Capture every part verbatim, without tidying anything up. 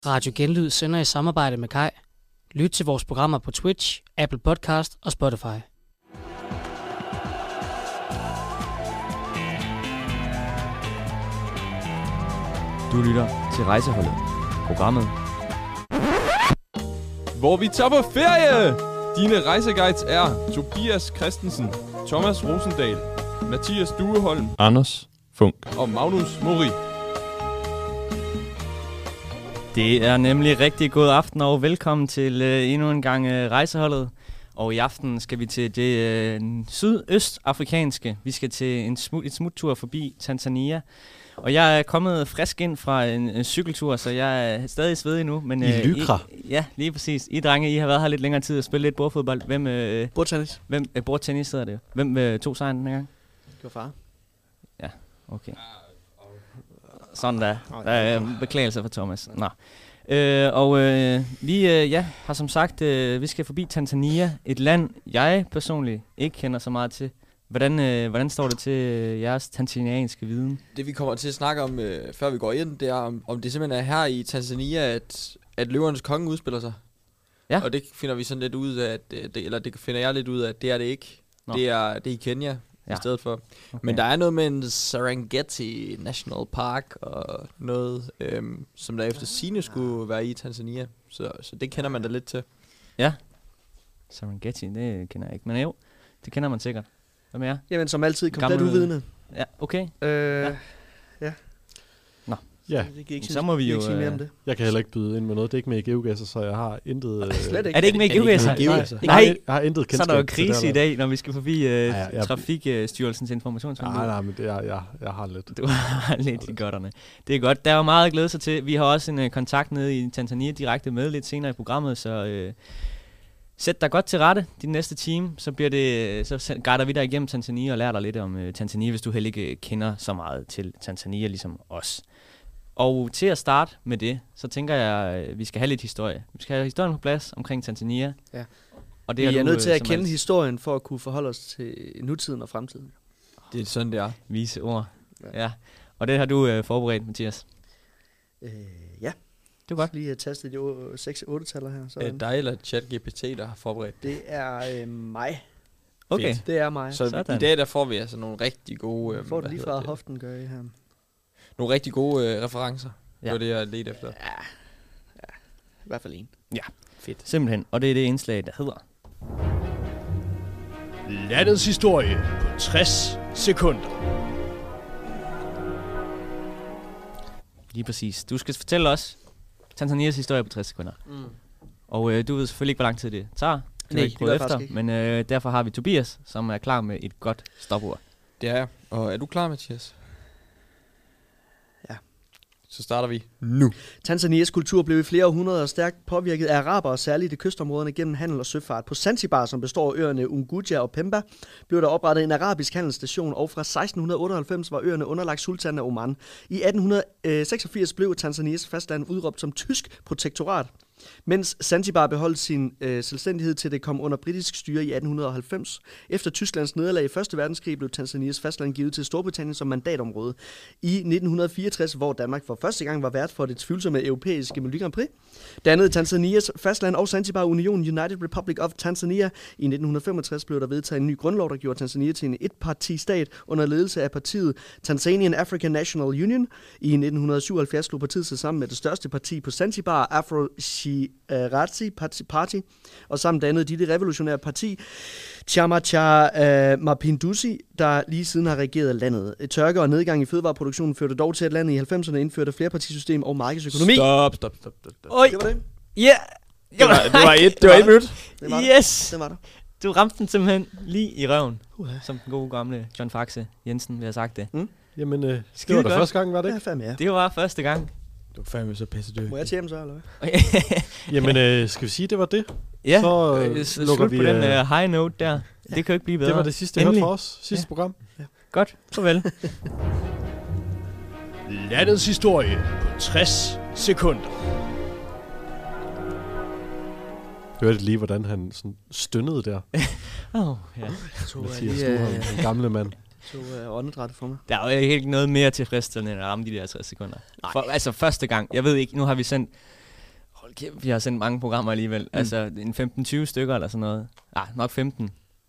Radio Genlyd sender i samarbejde med Kai. Lyt til vores programmer på Twitch, Apple Podcast og Spotify. Du lytter til Rejseholdet, programmet hvor vi tager på ferie. Dine rejseguides er Tobias Christensen, Thomas Rosendal, Mathias Dueholm, Anders Funk og Magnus Mori. Det er nemlig rigtig god aften og velkommen til øh, endnu en gang øh, Rejseholdet. Og i aften skal vi til det øh, sydøstafrikanske. Vi skal til en smut, et smuttur forbi Tanzania. Og jeg er kommet frisk ind fra en, en cykeltur, så jeg er stadig svedig nu. Men, I Lycra? I, ja, lige præcis. I drenge, I har været her lidt længere tid og spillet lidt bordfodbold. Hvem, øh, bordtennis. Hvem, øh, bordtennis hedder det. Hvem øh, tog sejren den her gang? Det var far. Ja, okay. Sådan der. Der er beklagelse for Thomas. Nå. Øh, og øh, vi øh, ja, har som sagt, øh, vi skal forbi Tanzania. Et land, jeg personligt ikke kender så meget til. Hvordan, øh, hvordan står det til øh, jeres tanzanianske viden? Det vi kommer til at snakke om, øh, før vi går ind, det er, om, om det simpelthen er her i Tanzania, at, at løvernes konge udspiller sig. Ja. Og det finder vi sådan lidt ud af, at, det, eller det finder jeg lidt ud af, at det er det ikke. Det er, det er i Kenya ja. i stedet for. Okay. Men der er noget med en Serengeti National Park og noget, øhm, som der efter sigende skulle være i Tanzania. Så, så det kender man da lidt til. Ja. Serengeti, det kender jeg ikke. Men jo, det kender man sikkert. Hvad med jer? Jamen som altid, komplet Gammel... uvidende. Ja, okay. Øh, ja. ja. Nå. Ja. Det kan ikke så må vi jo... Ikke øh... Jeg kan heller ikke byde ind med noget. Det er ikke med i geogasser, så jeg har intet... Øh... Slet ikke. Er det ikke med i geogasser? Nej, nej, jeg har intet kendskab. Så er der jo krise i dag, når vi skal forbi øh, ja, jeg... Trafikstyrelsens informationsvindue. Nej, nej, men det er, jeg, jeg har lidt. Du har lidt i godterne. Det er godt. Der er jo meget at glæde sig til. Vi har også en øh, kontakt nede i Tanzania direkte med lidt senere i programmet, så... Øh, Sæt dig godt til rette de næste time, så bliver det, så guider vi dig igennem Tanzania og lærer dig lidt om uh, Tanzania, hvis du heller ikke kender så meget til Tanzania ligesom os. Og til at starte med det, så tænker jeg, at vi skal have lidt historie. Vi skal have historien på plads omkring Tanzania. Ja. Og det vi er du, nødt til at kende alt... historien for at kunne forholde os til nutiden og fremtiden. Det er sådan, det er. Vise ord. Ja. ja. Og det har du uh, forberedt, Mathias. Øh, ja. Det er godt. Lige at taste de seks otte-taller her. Er det dig eller ChatGPT, der har forberedt? Det er øh, mig. Okay. Det er mig. Så sådan. I dag der får vi altså nogle rigtig gode... Øh, får det lige fra det? hoften, gør I her. Nogle rigtig gode øh, referencer. Ja. Det var det, jeg ledte efter. Ja. ja. I hvert fald en. Ja. Fedt. Simpelthen. Og det er det indslag, der hedder... Landets historie på tres sekunder. Lige præcis. Du skal fortælle os Tanzanias historie på tres sekunder. Mm. Og øh, du ved selvfølgelig ikke, hvor lang tid det tager. Det Nej, ikke prøvet efter, men øh, derfor har vi Tobias, som er klar med et godt stopord. Det er jeg. Og er du klar, Mathias? Ja. Så starter vi nu. Tanzanias kultur blev i flere århundreder stærkt påvirket af arabere, særligt i kystområderne gennem handel og søfart. På Zanzibar, som består af øerne Unguja og Pemba, blev der oprettet en arabisk handelsstation, og fra seksten otteoghalvfems var øerne underlagt sultanen af Oman. I atten seksogfirs blev Tanzanias fastland udråbt som tysk protektorat, mens Zanzibar beholdt sin øh, selvstændighed til det kom under britisk styre i atten halvfems. Efter Tysklands nederlag i første verdenskrig blev Tanzanias fastland givet til Storbritannien som mandatområde. I nitten fireogtres, hvor Danmark for første gang var vært for det tvivlsomme europæiske Melodi Grand Prix, dannede Tanzanias fastland og Zanzibar unionen United Republic of Tanzania. I nitten femogtres blev der vedtaget en ny grundlov, der gjorde Tanzania til en etpartistat under ledelse af partiet Tanzanian African National Union. I nitten syvoghalvfjerds slog partiet sig sammen med det største parti på Zanzibar, Afro Shirazi Party, og sammen dannede de det revolutionære parti Chama cha uh, Mapinduzi, der lige siden har regeret landet. Tørke og nedgang i fødevareproduktionen førte dog til, at landet i halvfemserne indførte flerpartisystem og markedsøkonomi. Stop, stop, stop, stop. stop. Oj. Det var det. Ja. Yeah. Det var, det var et, det var et minut. Yes. Det var der. Du ramte den simpelthen lige i røven, uh-huh. som den gode gamle John Faxe Jensen vil have sagt det. Mm. Jamen, øh, det var da første gang, var det ikke? Ja, fandme, ja. Det var første gang. Du er fandme så pisse død. Må jeg til hjem så, eller hvad? Jamen, øh, skal vi sige, det var det? Ja, så øh, øh, lukker vi på den uh, high note der. Ja. Det kan jo ikke blive bedre. Det var det sidste, jeg hørte for os. Sidste ja. program. Ja. Godt, farvel. Landets historie på tres sekunder. Hørte lige, hvordan han sådan stønnede der. Åh, oh, ja. Mathias Dueholm, den gamle mand. Så uh, åndedrættet for mig. Der er jo ikke noget mere tilfredsstillende end at ramme de der tres sekunder. For, altså første gang. Jeg ved ikke, nu har vi sendt Okay, vi har sendt mange programmer alligevel. Mm. Altså en femten tyve stykker eller sådan noget. Ah, nok femten.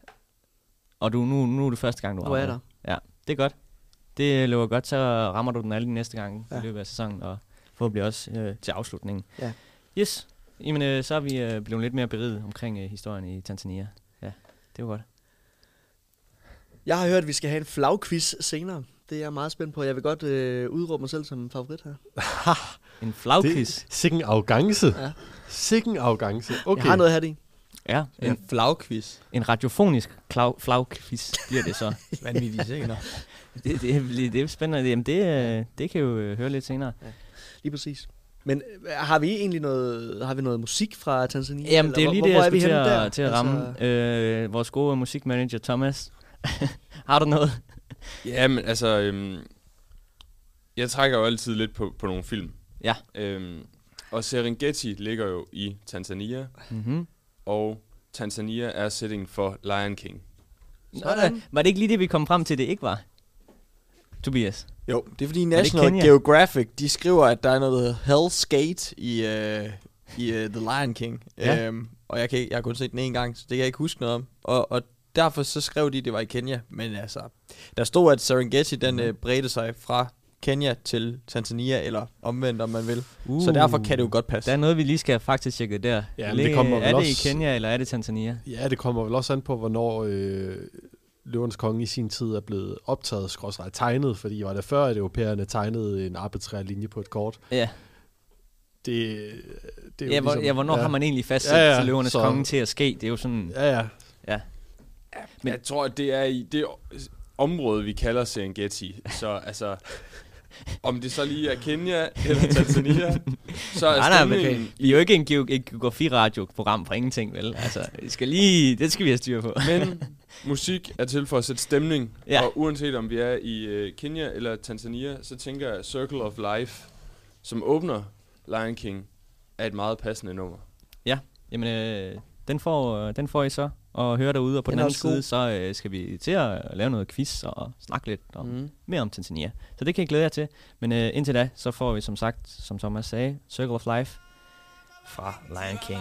Og du, nu, nu er det første gang, du rammer. Du er der. Ja, det er godt. Det løber godt, så rammer du den alle de næste gange ja. i løbet af sæsonen, og forhåbentlig også øh, til afslutningen. Ja. Yes. Jamen, øh, så er vi øh, blevet lidt mere beriget omkring øh, historien i Tanzania. Ja, det var godt. Jeg har hørt, at vi skal have en flagquiz senere. Det er jeg meget spændt på. Jeg vil godt øh, udråbe mig selv som favorit her. En flagquiz? Sikken arrogance. Ja. Sikken arrogance. Okay. Jeg har noget her i. Ja. En, en flagquiz. En radiofonisk flagquiz bliver det så. Vanvittigt senere. det, det, det er spændende. Jamen, det, det kan jo høre lidt senere. Ja, lige præcis. Men har vi egentlig noget, har vi noget musik fra Tanzania? Jamen, det er lige hvor, det, hvor jeg skulle til, at, til at altså... ramme. Øh, vores gode musikmanager, Thomas. Har du noget? Jamen, altså... Øhm, jeg trækker jo altid lidt på, på nogle film. Ja. Øhm, og Serengeti ligger jo i Tanzania. Mm-hmm. Og Tanzania er setting for Lion King. Sådan. Var det ikke lige det, vi kom frem til, det ikke var? Tobias? Jo, det er fordi National Geographic, de skriver, at der er noget, der hedder Hell's Gate i, uh, i uh, The Lion King. Ja. Um, og jeg, kan, jeg har kun set den en gang, så det kan jeg ikke huske noget om. Og, og derfor så skrev de, at det var i Kenya. Men altså, der stod, at Serengeti, den mm. uh, bredte sig fra Kenya til Tanzania, eller omvendt, om man vil. Uh, så derfor kan det jo godt passe. Der er noget, vi lige skal faktisk tjekke der. Ja, Læ- det kommer er det også, i Kenya, eller er det Tanzania? Ja, det kommer vel også an på, hvornår øh, Løvernes Konge i sin tid er blevet optaget, skråstreg tegnet, fordi var det før, at europæerne tegnede en arbitrær linje på et kort. Ja. Det, det er jo ja, hvor, ligesom, ja, hvornår ja. har man egentlig fastsat ja, ja, Løvernes så, Konge til at ske? Det er jo sådan... Ja, ja. ja. Men jeg tror, at det er i det område, vi kalder Serengeti. Så altså... Om det så lige er Kenya eller Tanzania, så er nej, stemningen... Nej, vi er jo ikke en, ge- et geografi-radio-program for ingenting, vel? Altså, vi skal lige, det skal vi have styr på. Men musik er til for at sætte stemning, ja. Og uanset om vi er i uh, Kenya eller Tanzania, så tænker jeg Circle of Life, som åbner Lion King, er et meget passende nummer. Ja, jamen øh, den, får, den får I så og høre derude, og på den, den anden side, så øh, skal vi til at lave noget quiz og snakke lidt om, mm. mere om Tanzania. Så det kan jeg glæde jer til. Men øh, indtil da, så får vi som sagt, som Thomas sagde, Circle of Life fra Lion King.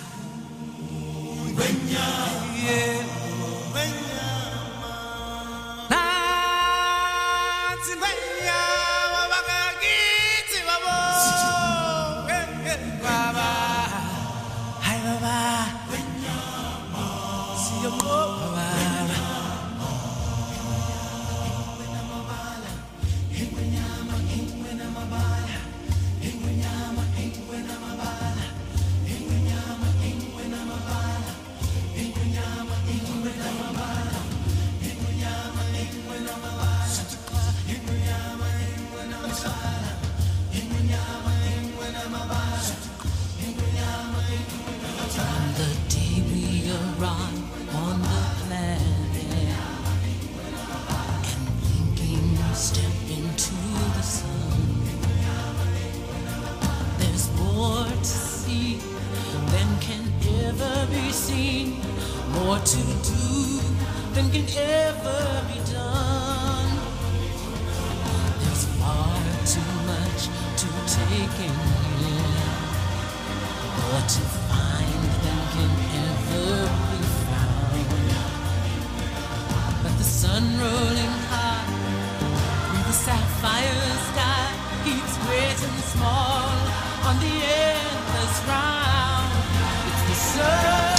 More to do than can ever be done. There's far too much to take in here, more to find than can ever be found. But the sun rolling high through the sapphire sky keeps great and small on the endless round. It's the sun.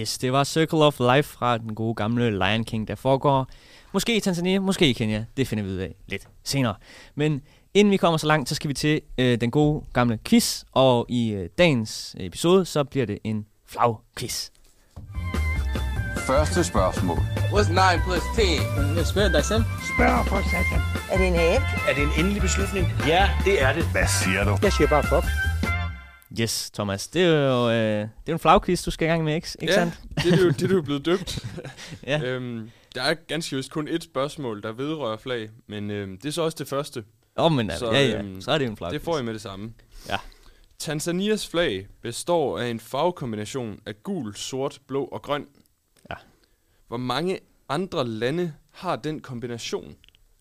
Yes, det var Circle of Life fra den gode gamle Lion King, der foregår måske i Tanzania, måske i Kenya. Det finder vi ud af lidt senere. Men inden vi kommer så langt, så skal vi til øh, den gode gamle quiz. Og i øh, dagens episode, så bliver det en flagquiz. Første spørgsmål. What's nine plus ten? Spørg dig selv. Spørg for satan. Er det en æg? Er det en endelig beslutning? Ja, det er det. Hvad siger du? Jeg siger bare fuck. Yes, Thomas. Det er jo øh, det er en flagquiz, du skal i gang med, ikke, ikke ja, sandt? det er jo det, er jo blevet døbt. ja. øhm, der er ganske just kun et spørgsmål, der vedrører flag, men øhm, det er så også det første. Åh, oh, men altså, så, ja, ja. Øhm, så er det jo en flagquiz. Det får I med det samme. Ja. Tanzanias flag består af en farvekombination af gul, sort, blå og grøn. Ja. Hvor mange andre lande har den kombination?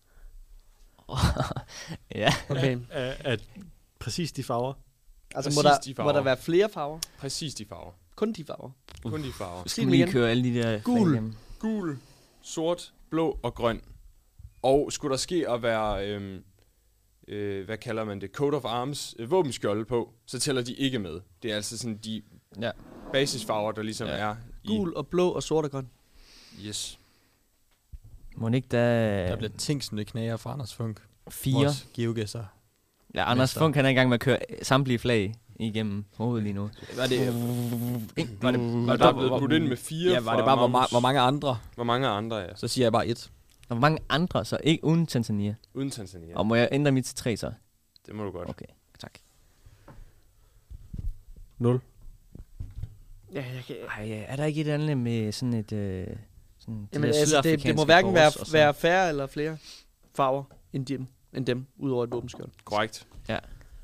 ja. Okay. Er, er præcis de farver? Altså, Præcis må der, de farver. må der være flere farver? Præcis de farver. Kun de farver? Kun de farver. Skal vi lige køre alle de der gul, flag gul, sort, blå og grøn. Og skulle der ske at være, øhm, øh, hvad kalder man det, coat of arms, øh, våbenskjolde på, så tæller de ikke med. Det er altså sådan de ja. basisfarver, der ligesom ja. er i... Gul og blå og sort og grøn. Yes. Må ikke der... Der bliver tingsende knæger fra Anders Funk. Fire. Vores geogæsser. Ja, Anders Mester. Funk han er i gang med at køre samtlige flag igennem hovedet lige nu. Var det... var det var der blevet budt ind med fire? Ja, var det bare, hvor, ma- hvor mange andre? Hvor mange andre, ja. Så siger jeg bare et. Og hvor mange andre, så ikke uden Tanzania? Uden Tanzania. Og må jeg ændre mit til tre, så? Det må du godt. Okay, tak. Nul. Ja, jeg kan... Ej, er der ikke et andet med sådan et... Øh, sådan Jamen, altså, det, det må hverken være, være færre eller flere farver end dem, end dem udover et våbenskjold. Korrekt. Ja.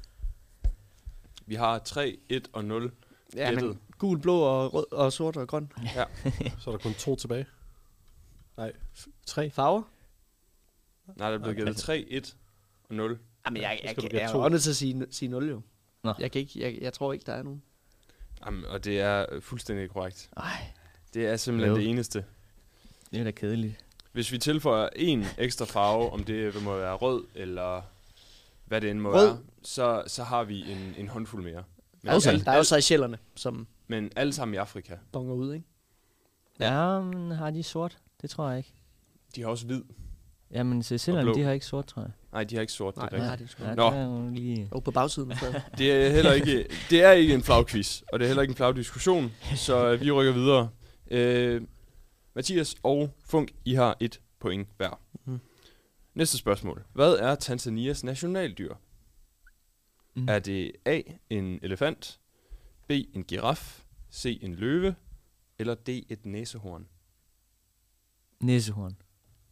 Vi har tre, et og nul. Ja, men gul, blå og rød og sort og grøn. Ja. Så er der kun to tilbage. Nej, f- tre. Farver? Nej, der er blevet givet tre, et og nul. Jamen, jeg, jeg, jeg, jeg er jo nødt til at sige, sige nul, jo. Nå. Jeg, kan ikke, jeg, jeg tror ikke, der er nogen. Jamen, og det er fuldstændig korrekt. Ej. Det er simpelthen jo. det eneste. Det er da kedeligt. Hvis vi tilføjer en ekstra farve, om det må være rød, eller hvad det end må rød. være, så, så har vi en, en håndfuld mere. Men Okay. alle, Der er jo Seychellerne, som men alle sammen i Afrika. bonger ud, ikke? Ja, men har de sort? Det tror jeg ikke. De har også hvid. Jamen, Seychellerne, de har ikke sort, tror jeg. Nej, de har ikke sort. Nej, det er nej, rigtigt. de har Nå. Det er jo lige... Jo, på bagsiden. det er heller ikke, det er ikke en flagquiz, og det er heller ikke en flagdiskussion, så øh, vi rykker videre. Øh, Mathias og Funk, I har et point hver. Mm. Næste spørgsmål. Hvad er Tanzanias nationaldyr? Mm. Er det A, en elefant, B, en giraf, C, en løve, eller D, et næsehorn? Næsehorn.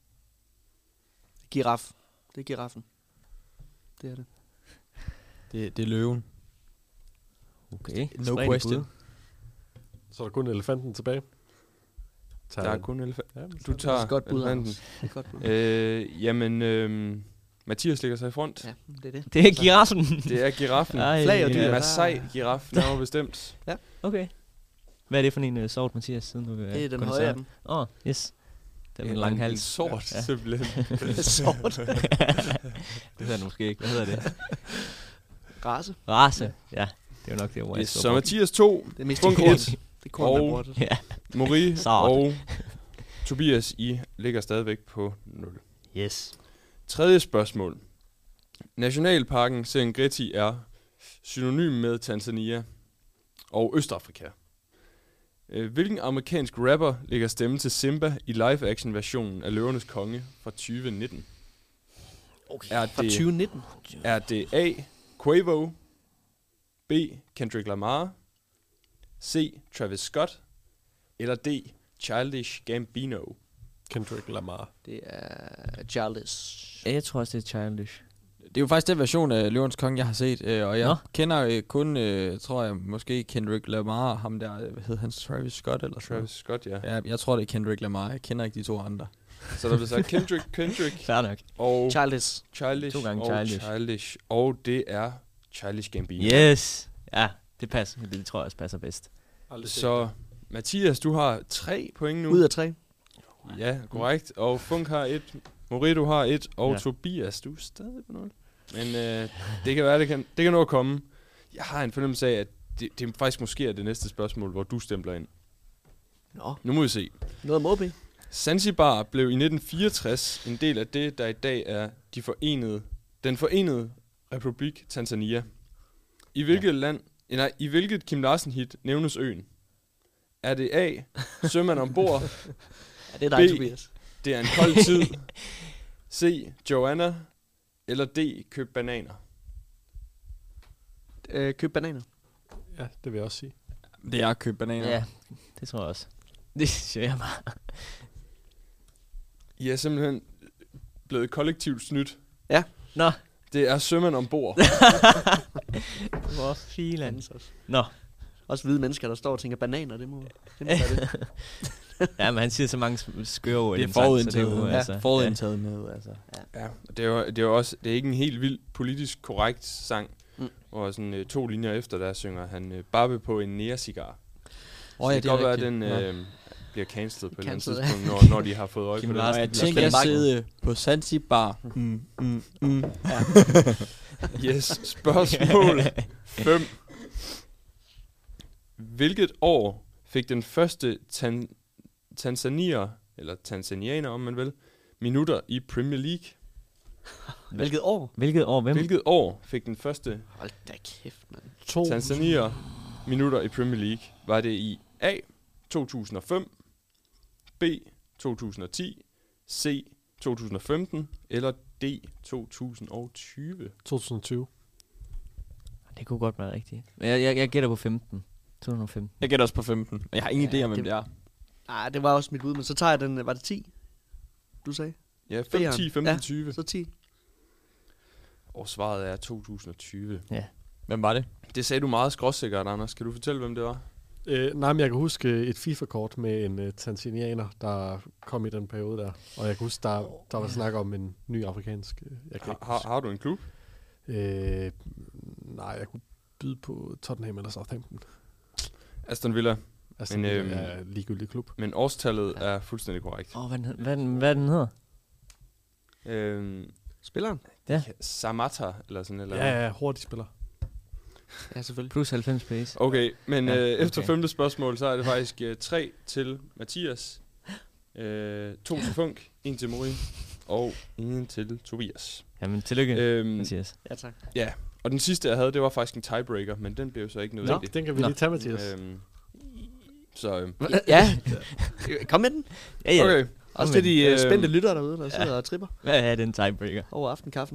Giraf. Det er giraffen. Det er det. Det, det er løven. Okay. No question. Så er der kun elefanten tilbage. Der er kun elefant. Ja, du tager det er godt bud, elefanten. Det er godt bud. Øh, jamen, øh, Mathias ligger sig i front. Ja, det er det. Det er giraffen. Det er giraffen. Ej, Flag og dyr. Det er Ja. Masai-giraf, nærmere bestemt. Ja. Okay. Hvad er det for en uh, sort, Mathias, siden du Det er den høje af dem. Åh, oh, yes. Den med En- lang en hals. sort, Ja. simpelthen. Sort. Det hedder det måske ikke. Hvad hedder det? Race. Race. Ja, det er jo nok det ord, jeg Yes, står så på. Mathias to, Det er mest Funk korn. et, Det er korn, man bruger og det. Ja. Mori Sort. og Tobias, I ligger stadigvæk på nul. Yes. Tredje spørgsmål. Nationalparken Serengeti er synonym med Tanzania og Østafrika. Øh, Hvilken amerikansk rapper lægger stemme til Simba i live-action-versionen af Løvernes Konge fra tyve nitten? Okay. Er Fra det, tyve nitten. er det A. Quavo, B. Kendrick Lamar, C. Travis Scott, eller D. Childish Gambino? Kendrick Lamar. Det er Childish. Ja, jeg tror også, det er Childish. Det er jo faktisk den version af Løvens Konge, jeg har set, øh, og jeg Nå. kender øh, kun, øh, tror jeg, måske Kendrick Lamar, ham der, øh, hvad hed han, Travis Scott eller sådan Travis Scott, ja. noget. Ja, jeg tror, det er Kendrick Lamar, jeg kender ikke de to andre. Så der bliver sagt Kendrick, Kendrick Fair nok. og Childish. Childish, To gange og Childish. Childish. Og det er Childish Gambino. Yes. Ja, det passer. Det tror jeg også passer bedst. Så Mathias, du har tre point nu. Ud af tre. Ja, korrekt. Og Funk har et, Mori, du har et, og Ja. ja. Tobias, du er stadig på nul. Men øh, det kan være, det kan, det kan nå at komme. Jeg har en fornemmelse af, at det, det faktisk måske er det næste spørgsmål, hvor du stempler ind. Nå. Nu må vi se. Noget må blive. Zanzibar blev i nitten fireogtres en del af det, der i dag er de forenede, den forenede republik Tanzania. I hvilket ja. land, nej, i hvilket Kim Larsen hit nævnes øen? Er det A, sømand ombord? Ja, det er dig, B, Tobias. Det er en kold tid. C, Joanna. Eller D, køb bananer. Øh, køb bananer. Ja, det vil jeg også sige. Det er at købe bananer. Ja, det tror jeg også. Det siger jeg bare. I er simpelthen blevet kollektivt snydt. Ja. Nå. Det er sømand ombord. Hvor filan. Nå. Også hvide mennesker, der står og tænker bananer, det må, det må være det. Ja, men han siger så mange skøre ord. Det er forudindtaget, ja, altså. forudindtaget med, altså. Ja, og det er jo, det er jo også, det er ikke en helt vild politisk korrekt sang, mm. hvor sådan uh, to linjer efter der synger han uh, Barbe på en nære-cigar. Oh, ja, det kan godt være, at den ja. uh, bliver cancelled på et eller andet Cancelled. tidspunkt, når, når de har fået øje på det. Jeg tænker at sidde på Zanzibar. Mm, mm, mm. Ja. Yes, spørgsmål fem. Hvilket år fik den første tan- tanzanier, eller tanzanianer om man vil, minutter i Premier League? Hvilket år? Hvilket år? Hvem? Hvilket år fik den første Hold da kæft, mand. To. tanzanier minutter i Premier League? Var det i A, to tusind og fem, B, to tusind og ti, C, to tusind og femten, eller D, to tusind og tyve? to tusind og tyve. Det kunne godt være rigtigt. Men jeg, jeg, jeg gætter på femten. to tusind og femten. Jeg gætter også på femten. Jeg har ingen Ja, idé om, hvem det- det er. Nej, det var også mit bud, men så tager jeg den, var det ti? Du sagde? Ja, fem, B'eren. ti, femten, Ja. tyve. Så ti. Og svaret er to tusind og tyve. Hvem var det? Det sagde du meget skråsikkert, Anders. Kan du fortælle, hvem det var? Øh, nej, men jeg kan huske øh, et FIFA-kort med en uh, tanzanianer, der kom i den periode der. Og jeg kan huske, der, der var snak om en ny afrikansk... Øh, jeg kan Har, ikke har, huske. har du en klub? Øh, nej, jeg kunne byde på Tottenham eller Southampton. Aston Villa. Altså, Men, det øhm, er en ligegyldig klub. Men årstallet ja. er fuldstændig korrekt. Åh, oh, hvad, den hed- hvad, den- hvad den hedder? Øhm, Spilleren? Ja. Samata, eller sådan eller Ja, ja, hurtig spiller. Ja, selvfølgelig. Plus halvfems pace. Okay, men Ja, ja, øh, okay. efter femte spørgsmål, så er det faktisk øh, tre til Mathias, øh, to til Funk, en til Mori, og en til Tobias. Jamen, tillykke, Øhm, Mathias. Ja, tak. ja, og den sidste, jeg havde, det var faktisk en tiebreaker, men den blev så ikke Nå, nødvendig. den kan vi Nå. lige tage, Mathias. Øhm, så, øhm, Ja. Kom med den. Ja, ja. okay. Også til de Øhm, øh, spændte lyttere derude, der sidder og tripper Hvad er den tiebreaker? over aftenkaffen.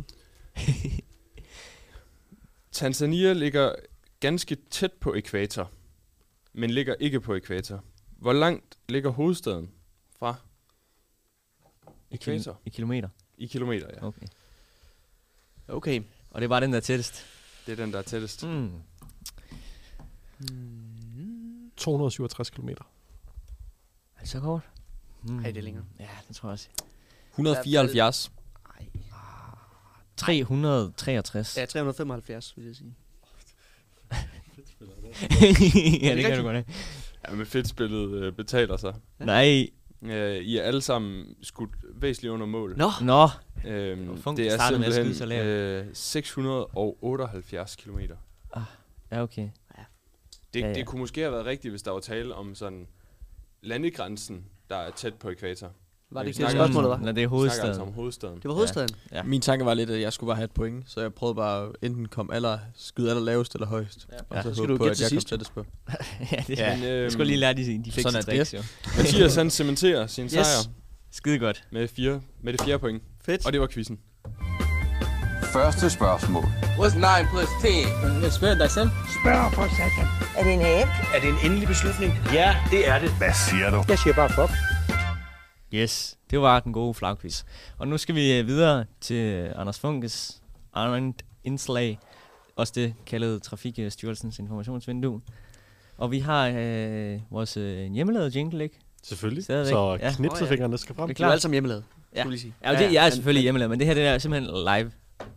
Tanzania ligger ganske tæt på ækvator, men ligger ikke på ækvator. Hvor langt ligger hovedstaden fra ækvator? I kilometer. I kilometer, ja. Okay. Okay. Og det er bare den, der er tættest. Det er den, der er tættest. Mm. to hundrede og syvogtres kilometer. Er det så kort? Mm. Ej, det er længere. Ja, det tror jeg også. et hundrede og fireoghalvfjerds. tre hundrede og treogtres. Ja, tre hundrede og femoghalvfjerds, vil jeg sige. Ja, det kan du godt have. Ja, men fedtspillet øh, betaler sig. Nej. Øh, I er alle sammen skudt væsentligt under mål. Nå. Nå. Øhm, Funk det er startede med at skyde så simpelthen lavt. øh, seks hundrede og otteoghalvfjerds kilometer. Ja, okay. Det, Ja, ja. det kunne måske have været rigtigt, hvis der var tale om sådan landegrænsen, der er tæt på ækvator. Var Men det vi ikke det snakker altså- spørgsmålet, var? Nej, det er Vi snakker altså hovedstaden. om hovedstaden. Det var hovedstaden. Ja. Min tanke var lidt, at jeg skulle bare have et point, så jeg prøvede bare at enten komme aller, skyde aller lavest eller højst. Ja. Og Ja. så Skal håbe du på, gætte at til jeg kom sidst? tættest på. ja, det Ja. er. Men, Jeg øhm, skulle lige lære de, de fik sådan er tricks, jo. Mathias han cementerer sin sejr Skide godt. med, fire, med det fjerde point. Fedt. Og det var quizzen. Første spørgsmål. What's nine plus ten? Spørg dig selv. Spørg for satan. Er det en app? Er det en endelig beslutning? Ja, det er det. Hvad siger du? Jeg siger bare fuck. Yes, det var den gode flagquiz. Og nu skal vi øh, videre til Anders Funkes Arnold Indslag, også det kaldet Trafikstyrelsens informationsvindue. Og vi har øh, vores øh, hjemmelavede jingle, ikke? Selvfølgelig. Stadigvæk. Så Ja. knipsefingrene skal frem. Det er Det er jo klart. alle sammen hjemmelavet. Ja. Skulle vi sige. Ja, det, jeg er selvfølgelig hjemmelavet, men det her det er simpelthen live.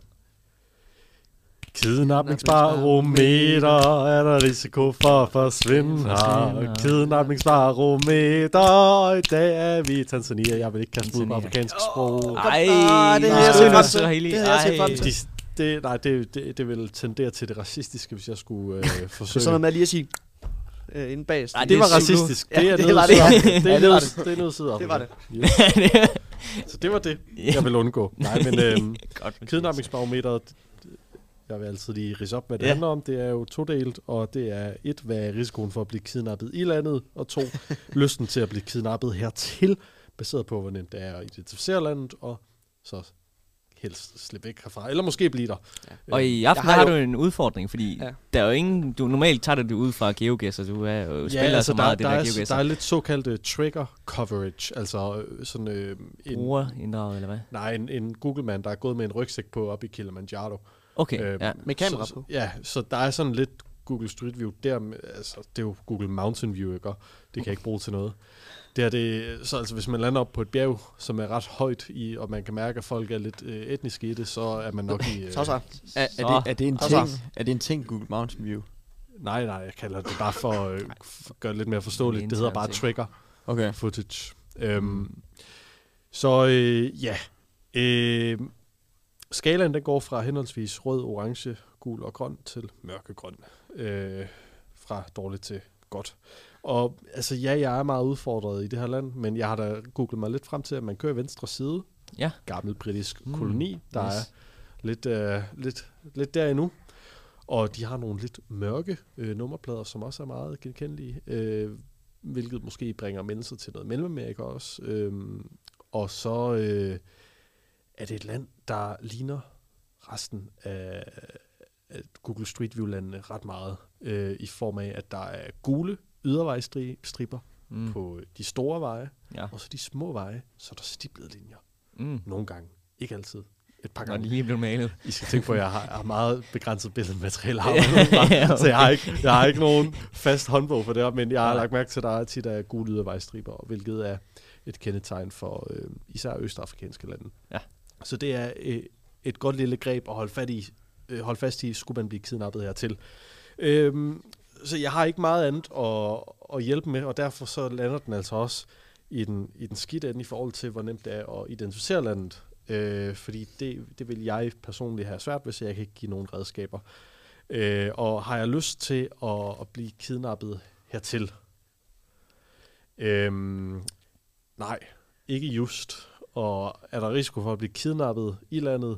Kidnapningsbarometer, er der risiko for at forsvinde her? Kidnapningsbarometer, i dag er vi i Tanzania. Jeg vil ikke kaste ud på Tanzania. afrikansk sprog. Ej, Ah, det havde jeg set frem til. så heldig. Det havde jeg set frem Ej. til. De, det, nej, det, det, det vil tendere til det racistiske, hvis jeg skulle øh, forsøge. Så sådan noget med lige at sige, øh, inde bag. Ej, Det var racistisk. Ja, Det er det noget var det. Sydafrika. Det Ja, er det var noget- det er noget Sydafrika. Det var det. Yes. Så det var det, jeg vil undgå. Nej, men øhm, Godt. kidnappingsbarometeret, jeg vil altid lige ridse op, hvad det Ja. handler om. Det er jo todelt, og det er et, hvad er risikoen for at blive kidnappet i landet, og to, lysten til at blive kidnappet hertil, baseret på, hvor nemt det er at identificere landet, og så helst slippe væk herfra, eller måske blive der. Ja. Og i aften har har jo- du en udfordring, fordi Ja. ja. der er jo ingen, du normalt tager du det ud fra GeoGuessr, du er jo spiller Ja, altså så der, meget af det der, der er, GeoGuessr. der er lidt såkaldte trigger coverage, altså øh, sådan øh, en, Bruger inddraget, eller hvad? nej, en, en Google-mand, der er gået med en rygsæk på op i Kilimanjaro. Okay, Øh, ja. Med kamera så, på. Ja, så der er sådan lidt Google Street View der, med- altså det er jo Google Mountain View, ikke? Og det kan jeg ikke bruge til noget. Det er det, så altså hvis man lander op på et bjerg, som er ret højt i, og man kan mærke, at folk er lidt øh, etniske i det, så er man nok i... Øh, Så så. Er, er, Så. det, er, det en Så ting, så. er det en ting, Google Mountain View? Nej, nej, jeg kalder det bare for at øh, f- gøre det lidt mere forståeligt. Det hedder bare Intern ting. trigger Okay. footage. Øhm, så øh, ja, øh, skalaen den går fra henholdsvis rød, orange, gul og grøn til mørkegrøn. Øh, fra dårligt til godt. Og altså ja, jeg er meget udfordret i det her land, men jeg har da googlet mig lidt frem til, at man kører i venstre side. Ja. Gammel britisk Mm, koloni, der yes. er lidt, øh, lidt, lidt der endnu. Og de har nogle lidt mørke øh, nummerplader, som også er meget genkendelige, øh, hvilket måske bringer mennesker til noget Mellemamerika også. Øhm, og så øh, er det et land, der ligner resten af, af Google Street View-landene ret meget, øh, i form af, at der er gule ydervejstriber Mm. mm. på de store veje, Ja. og så de små veje, så er der stiplede linjer. Mm. Nogle gange. Ikke altid. Et par Når gange. de lige blev malet. I skal tænke på, at jeg har, jeg har meget begrænset billedmateriale. ja, så jeg har, ikke, jeg har ikke nogen fast håndbog for det her, men jeg har Nej. lagt mærke til, at der er tit af gule ydervejstriber, hvilket er et kendetegn for øh, især østafrikanske lande. Ja. Så det er øh, et godt lille greb at holde, fat i, øh, holde fast i, skulle man blive kidnappet hertil. Øhm, så jeg har ikke meget andet at, at hjælpe med, og derfor så lander den altså også i den, i den skidt ende i forhold til, hvor nemt det er at identificere landet. Øh, fordi det, det vil jeg personligt have svært, hvis jeg kan ikke give nogen redskaber. Øh, og har jeg lyst til at, at blive kidnappet hertil? Øhm, nej, ikke just. Og er der risiko for at blive kidnappet i landet,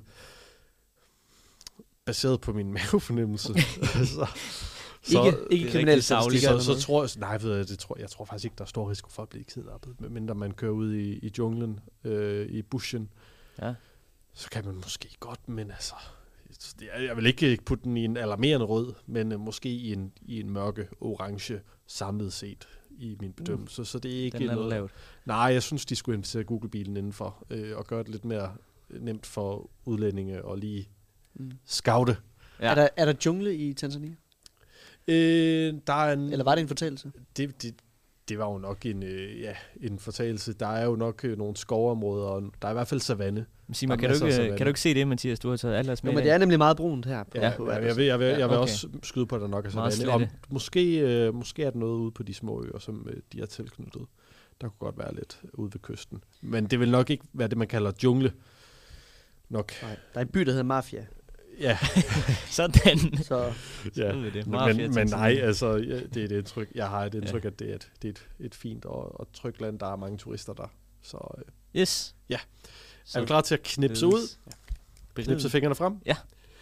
baseret på min mavefornemmelse? så, så, Ikke, ikke rigtig kriminelle sagligt. statistikker. så, så tror jeg, nej, ved jeg, det tror, jeg tror faktisk ikke, der er stor risiko for at blive kidnappet, medmindre man kører ud i, i junglen, øh, i bushen. Ja. Så kan man måske godt, men altså, jeg, jeg vil ikke putte den i en alarmerende rød, men øh, måske i en, i en mørke orange samlet set i min bedømmelse. Uh, så det er ikke Den er noget. lavt. Nej, jeg synes, de skulle invitere Google-bilen indenfor øh, og gøre det lidt mere nemt for udlændinge og lige Mm. scoute. Ja. Er, der, er der jungle i Tanzania? Øh, der er en, Eller var det en fortælling? det, det, det var jo nok en, øh, ja, en fortalelse. Der er jo nok øh, nogle skovområder, og der er i hvert fald savanne. Sig mig, Der er kan du, masser af ikke, savanne. kan du ikke se det, Mathias? Du har taget Atlas Jo, med. men det er nemlig meget brunt her. På, Ja, på ja, Atlas. jeg vil, jeg vil, jeg vil Ja, okay. også skyde på, at der nok er Meget savanne. Om, slette. måske, øh, måske er der noget ude på de små øer, som øh, de er tilknyttet. Der kunne godt være lidt ude ved kysten. Men det vil nok ikke være det, man kalder jungle. Nok. Nej, der er en by, der hedder Mafia. Ja, Sådan. Så ja. ved vi det. Men, Mafia men, men Tanzania. nej, altså, ja, det er et indtryk. Jeg har et indtryk, Ja. at det er et, det er et, et fint og, og trygt land. Der er mange turister der. Så øh, Yes. Ja. Så er vi klar til at knipse ud? Knipse fingrene frem? Ja.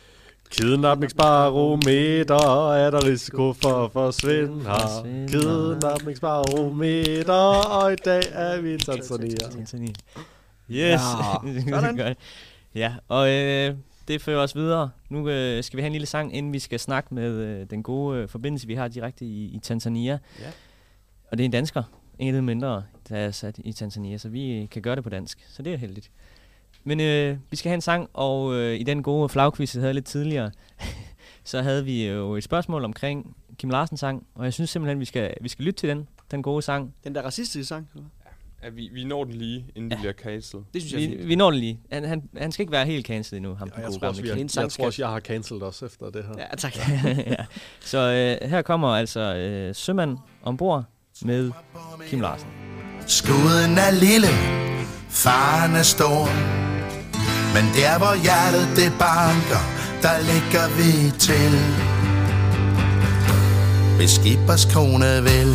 Kidnapningsbarometer, er der risiko for at forsvinde her? Forsvinde. Kidnapningsbarometer, og i dag er vi i Tanzania. Tanzania. Yes. Ja. Sådan. Godt. Ja, og øh, det fører os videre. Nu øh, skal vi have en lille sang, inden vi skal snakke med øh, den gode øh, forbindelse, vi har direkte i, i Tanzania. Ja. Og det er en dansker, intet mindre, der er sat i Tanzania, så vi kan gøre det på dansk. Så det er heldigt. Men øh, vi skal have en sang, og øh, i den gode flagquiz, jeg havde lidt tidligere, så havde vi jo et spørgsmål omkring Kim Larsens sang, og jeg synes simpelthen, vi skal, vi skal lytte til den, den gode sang. den der racistiske sang, eller? Ja, vi, vi når den lige, inden ja. de bliver cancelled. Det synes jeg er Vi, fint. vi når det lige. Han, han, han skal ikke være helt cancelled endnu, ham Og den jeg gode tror også, vi gamle har, En sang jeg, skal- tror også, jeg har cancelled også efter det her. Ja, tak. ja. Så øh, her kommer altså øh, Sømand ombord med Kim Larsen. Skuden er lille, faren er stor, men der hvor hjertet det banker, der ligger vi til. hvis skibers kone vil.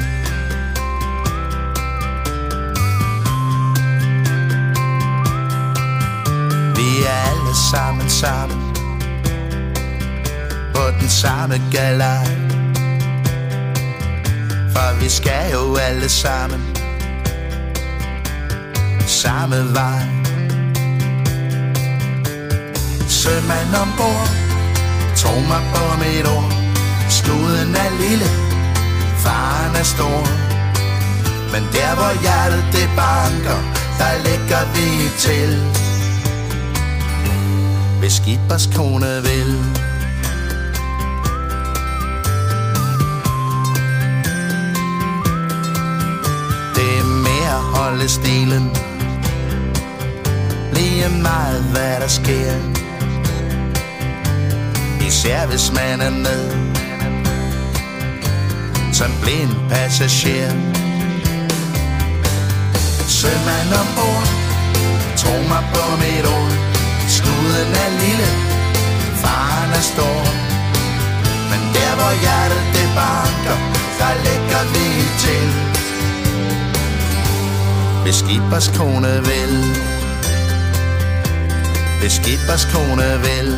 Vi er alle sammen sammen på den samme galej, for vi skal jo alle sammen samme vej. Sømand ombord, tro mig på mit ord. Skuden er lille, faren er stor, men der hvor hjertet det banker, der ligger vi til, hvis skibers kone vil. Det er mere holde stilen, lige meget hvad der sker, især hvis man er med som blind passager. Sømand ombord, tro mig på mit ord. Skuden er lille, faren er stor, men der hvor hjertet det banker, der ligger vi til, hvis skibers kone vil. Hvis skibers kone vil.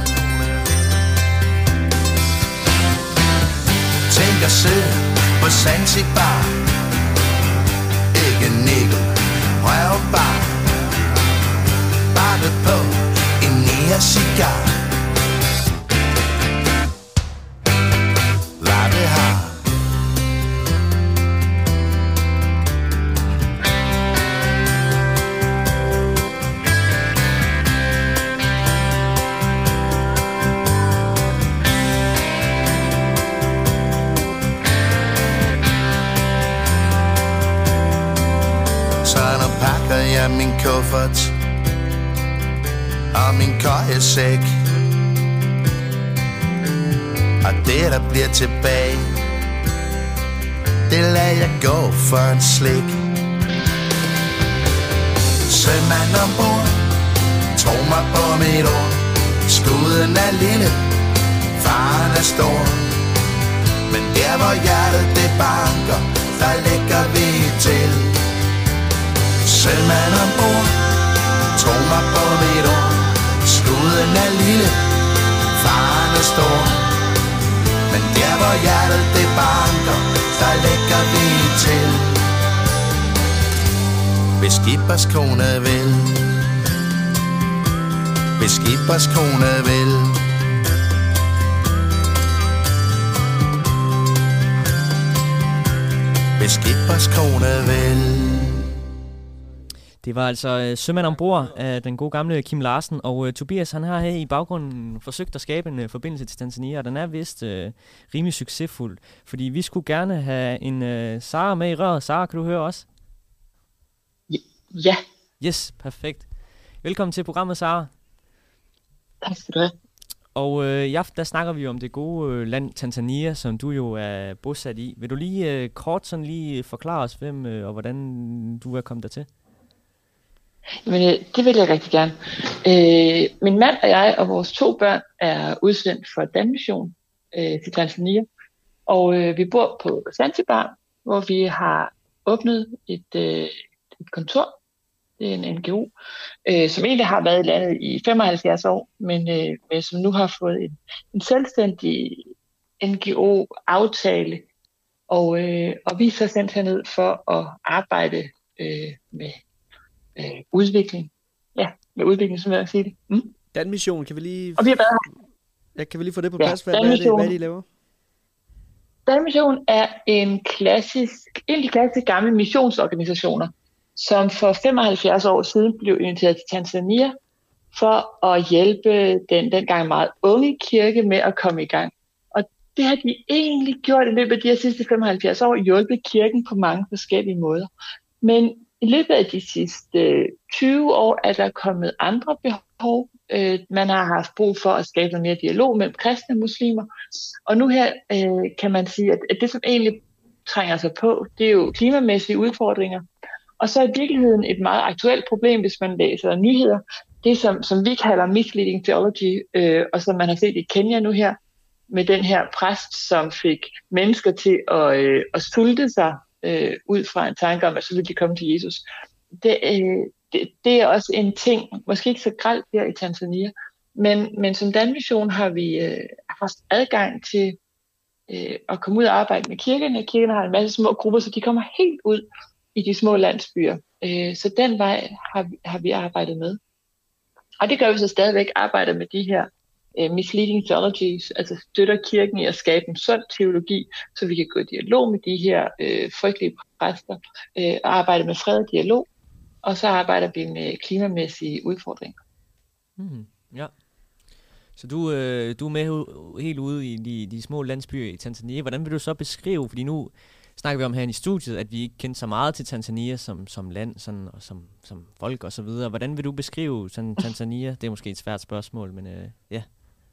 Tænk at sidde på Zanzibar, ikke nikkel, røvbar, bare på en nære-cigar. Hvad det har jeg min kuffert og min køjesæk, og det der bliver tilbage, det lader jeg gå for en slik. Sømand ombord, tro mig på mit ord. Skuden er lille, faren er stor, men der hvor hjertet det banker, der ligger vi til. Sømand ombord, tro mig på mit ord. Skuden er lille, faren er stor, men der hvor hjertet det banker, der ligger vi til, hvis skibers kone vil. Hvis skibers kone vil. Hvis skibers kone vil. Det var altså uh, Sømand ombord af den gode gamle Kim Larsen, og uh, Tobias han har her i baggrunden forsøgt at skabe en uh, forbindelse til Tanzania, og den er vist uh, rimelig succesfuld, fordi vi skulle gerne have en uh, Sara med i røret. Sara, kan du høre os? Ja. Yes, perfekt. Velkommen til programmet, Sara. Tak skal du have. Og øh, i aften der snakker vi om det gode øh, land Tanzania, som du jo er bosat i. Vil du lige øh, kort sådan lige forklare os, hvem øh, og hvordan du er kommet dertil? Jamen, øh, det vil jeg rigtig gerne. Øh, min mand og jeg og vores to børn er udsendt for Danmission øh, til Tanzania. Og øh, vi bor på Zanzibar, hvor vi har åbnet et, øh, et kontor. Det er en N G O, øh, som egentlig har været i landet i femoghalvfjerds år, men, øh, men som nu har fået en, en selvstændig N G O-aftale. Og, øh, og vi er så sendt herned for at arbejde øh, med øh, udvikling. Ja, med udvikling, som jeg vil sige det. Mm? Danmission, kan vi lige... Og vi har været her. Jeg kan vi lige få det på ja, plads? Hvad, hvad, er det, hvad er det, I laver? Danmission er en klassisk, en af de klassiske gamle missionsorganisationer, som for femoghalvfjerds år siden blev inviteret til Tanzania for at hjælpe den dengang meget unge kirke med at komme i gang. Og det har de egentlig gjort i løbet af de her sidste femoghalvfjerds år, hjulpet kirken på mange forskellige måder. Men i løbet af de sidste tyve år er der kommet andre behov. Man har haft brug for at skabe noget mere dialog mellem kristne og muslimer. Og nu her kan man sige, at det som egentlig trænger sig på, det er jo klimamæssige udfordringer. Og så i virkeligheden et meget aktuelt problem, hvis man læser nyheder, det som, som vi kalder misleading theology, øh, og som man har set i Kenya nu her, med den her præst, som fik mennesker til at, øh, at sulte sig øh, ud fra en tanke om, at så ville de komme til Jesus. Det, øh, det, det er også en ting, måske ikke så grelt her i Tanzania, men, men som Danmission har vi øh, haft adgang til øh, at komme ud og arbejde med kirkerne. Kirkerne har en masse små grupper, så de kommer helt ud i de små landsbyer. Øh, så den vej har vi, har vi arbejdet med. Og det gør vi så stadigvæk, arbejder med de her uh, misleading theologies, altså støtter kirken i at skabe en sund teologi, så vi kan gå i dialog med de her uh, frygtelige præster, uh, og arbejde med fred og dialog, og så arbejder vi med klimamæssige udfordringer. Mm, ja. Så du, øh, du er med hu- helt ude i de, de små landsbyer i Tanzania. Hvordan vil du så beskrive, fordi nu snakker vi om her i studiet, at vi ikke kender så meget til Tanzania som, som land, sådan, og som, som folk og så videre. Hvordan vil du beskrive sådan, Tanzania? Det er måske et svært spørgsmål, men øh, ja.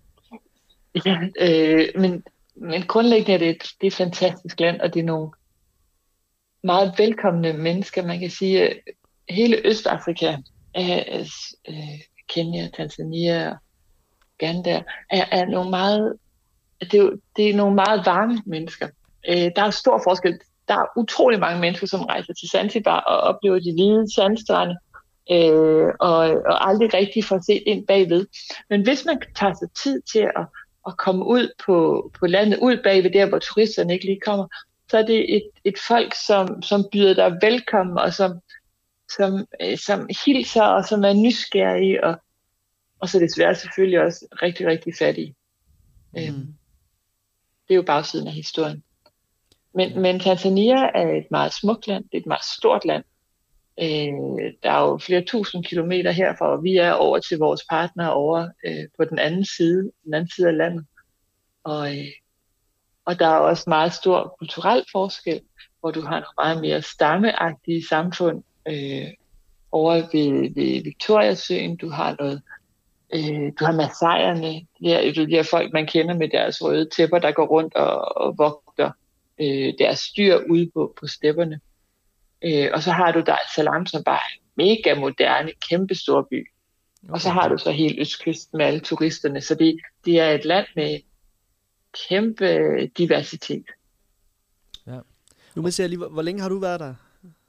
Ja, øh, men, men grundlæggende er det, et, det er et fantastisk land, og det er nogle meget velkomne mennesker. Man kan sige, at hele Østafrika, øh, øh, Kenya, Tanzania, Uganda, er, er nogle meget, det er, jo, det er nogle meget varme mennesker. Øh, der er stor forskel. Der er utrolig mange mennesker, som rejser til Zanzibar og oplever de hvide sandstrande, øh, og, og aldrig rigtig får set ind bagved. Men hvis man tager sig tid til at, at komme ud på, på landet, ud bagved der, hvor turisterne ikke lige kommer, så er det et, et folk, som, som byder dig velkommen, og som, som, øh, som hilser, og som er nysgerrige, og, og så desværre selvfølgelig også rigtig, rigtig fattige. Mm. Øh, det er jo bagsiden af historien. Men, men Tanzania er et meget smukt land, det er et meget stort land. Øh, der er jo flere tusind kilometer herfra, og vi er over til vores partnere over øh, på den anden side, den anden side af landet. Og, øh, og der er også meget stor kulturel forskel, hvor du har nogle meget mere stammeagtige samfund øh, over ved, ved Victoriasøen. Du har noget, øh, du har masaierne, de her folk, man kender med deres røde tæpper, der går rundt og, og vogter øh, deres styr ude på, på stepperne. Øh, og så har du Dar es Salaam, som bare er mega moderne, kæmpe stor by. Okay. Og så har du så hele østkysten med alle turisterne. Så det, det er et land med kæmpe diversitet. Ja. Nu må jeg se lige, hvor, hvor længe har du været der?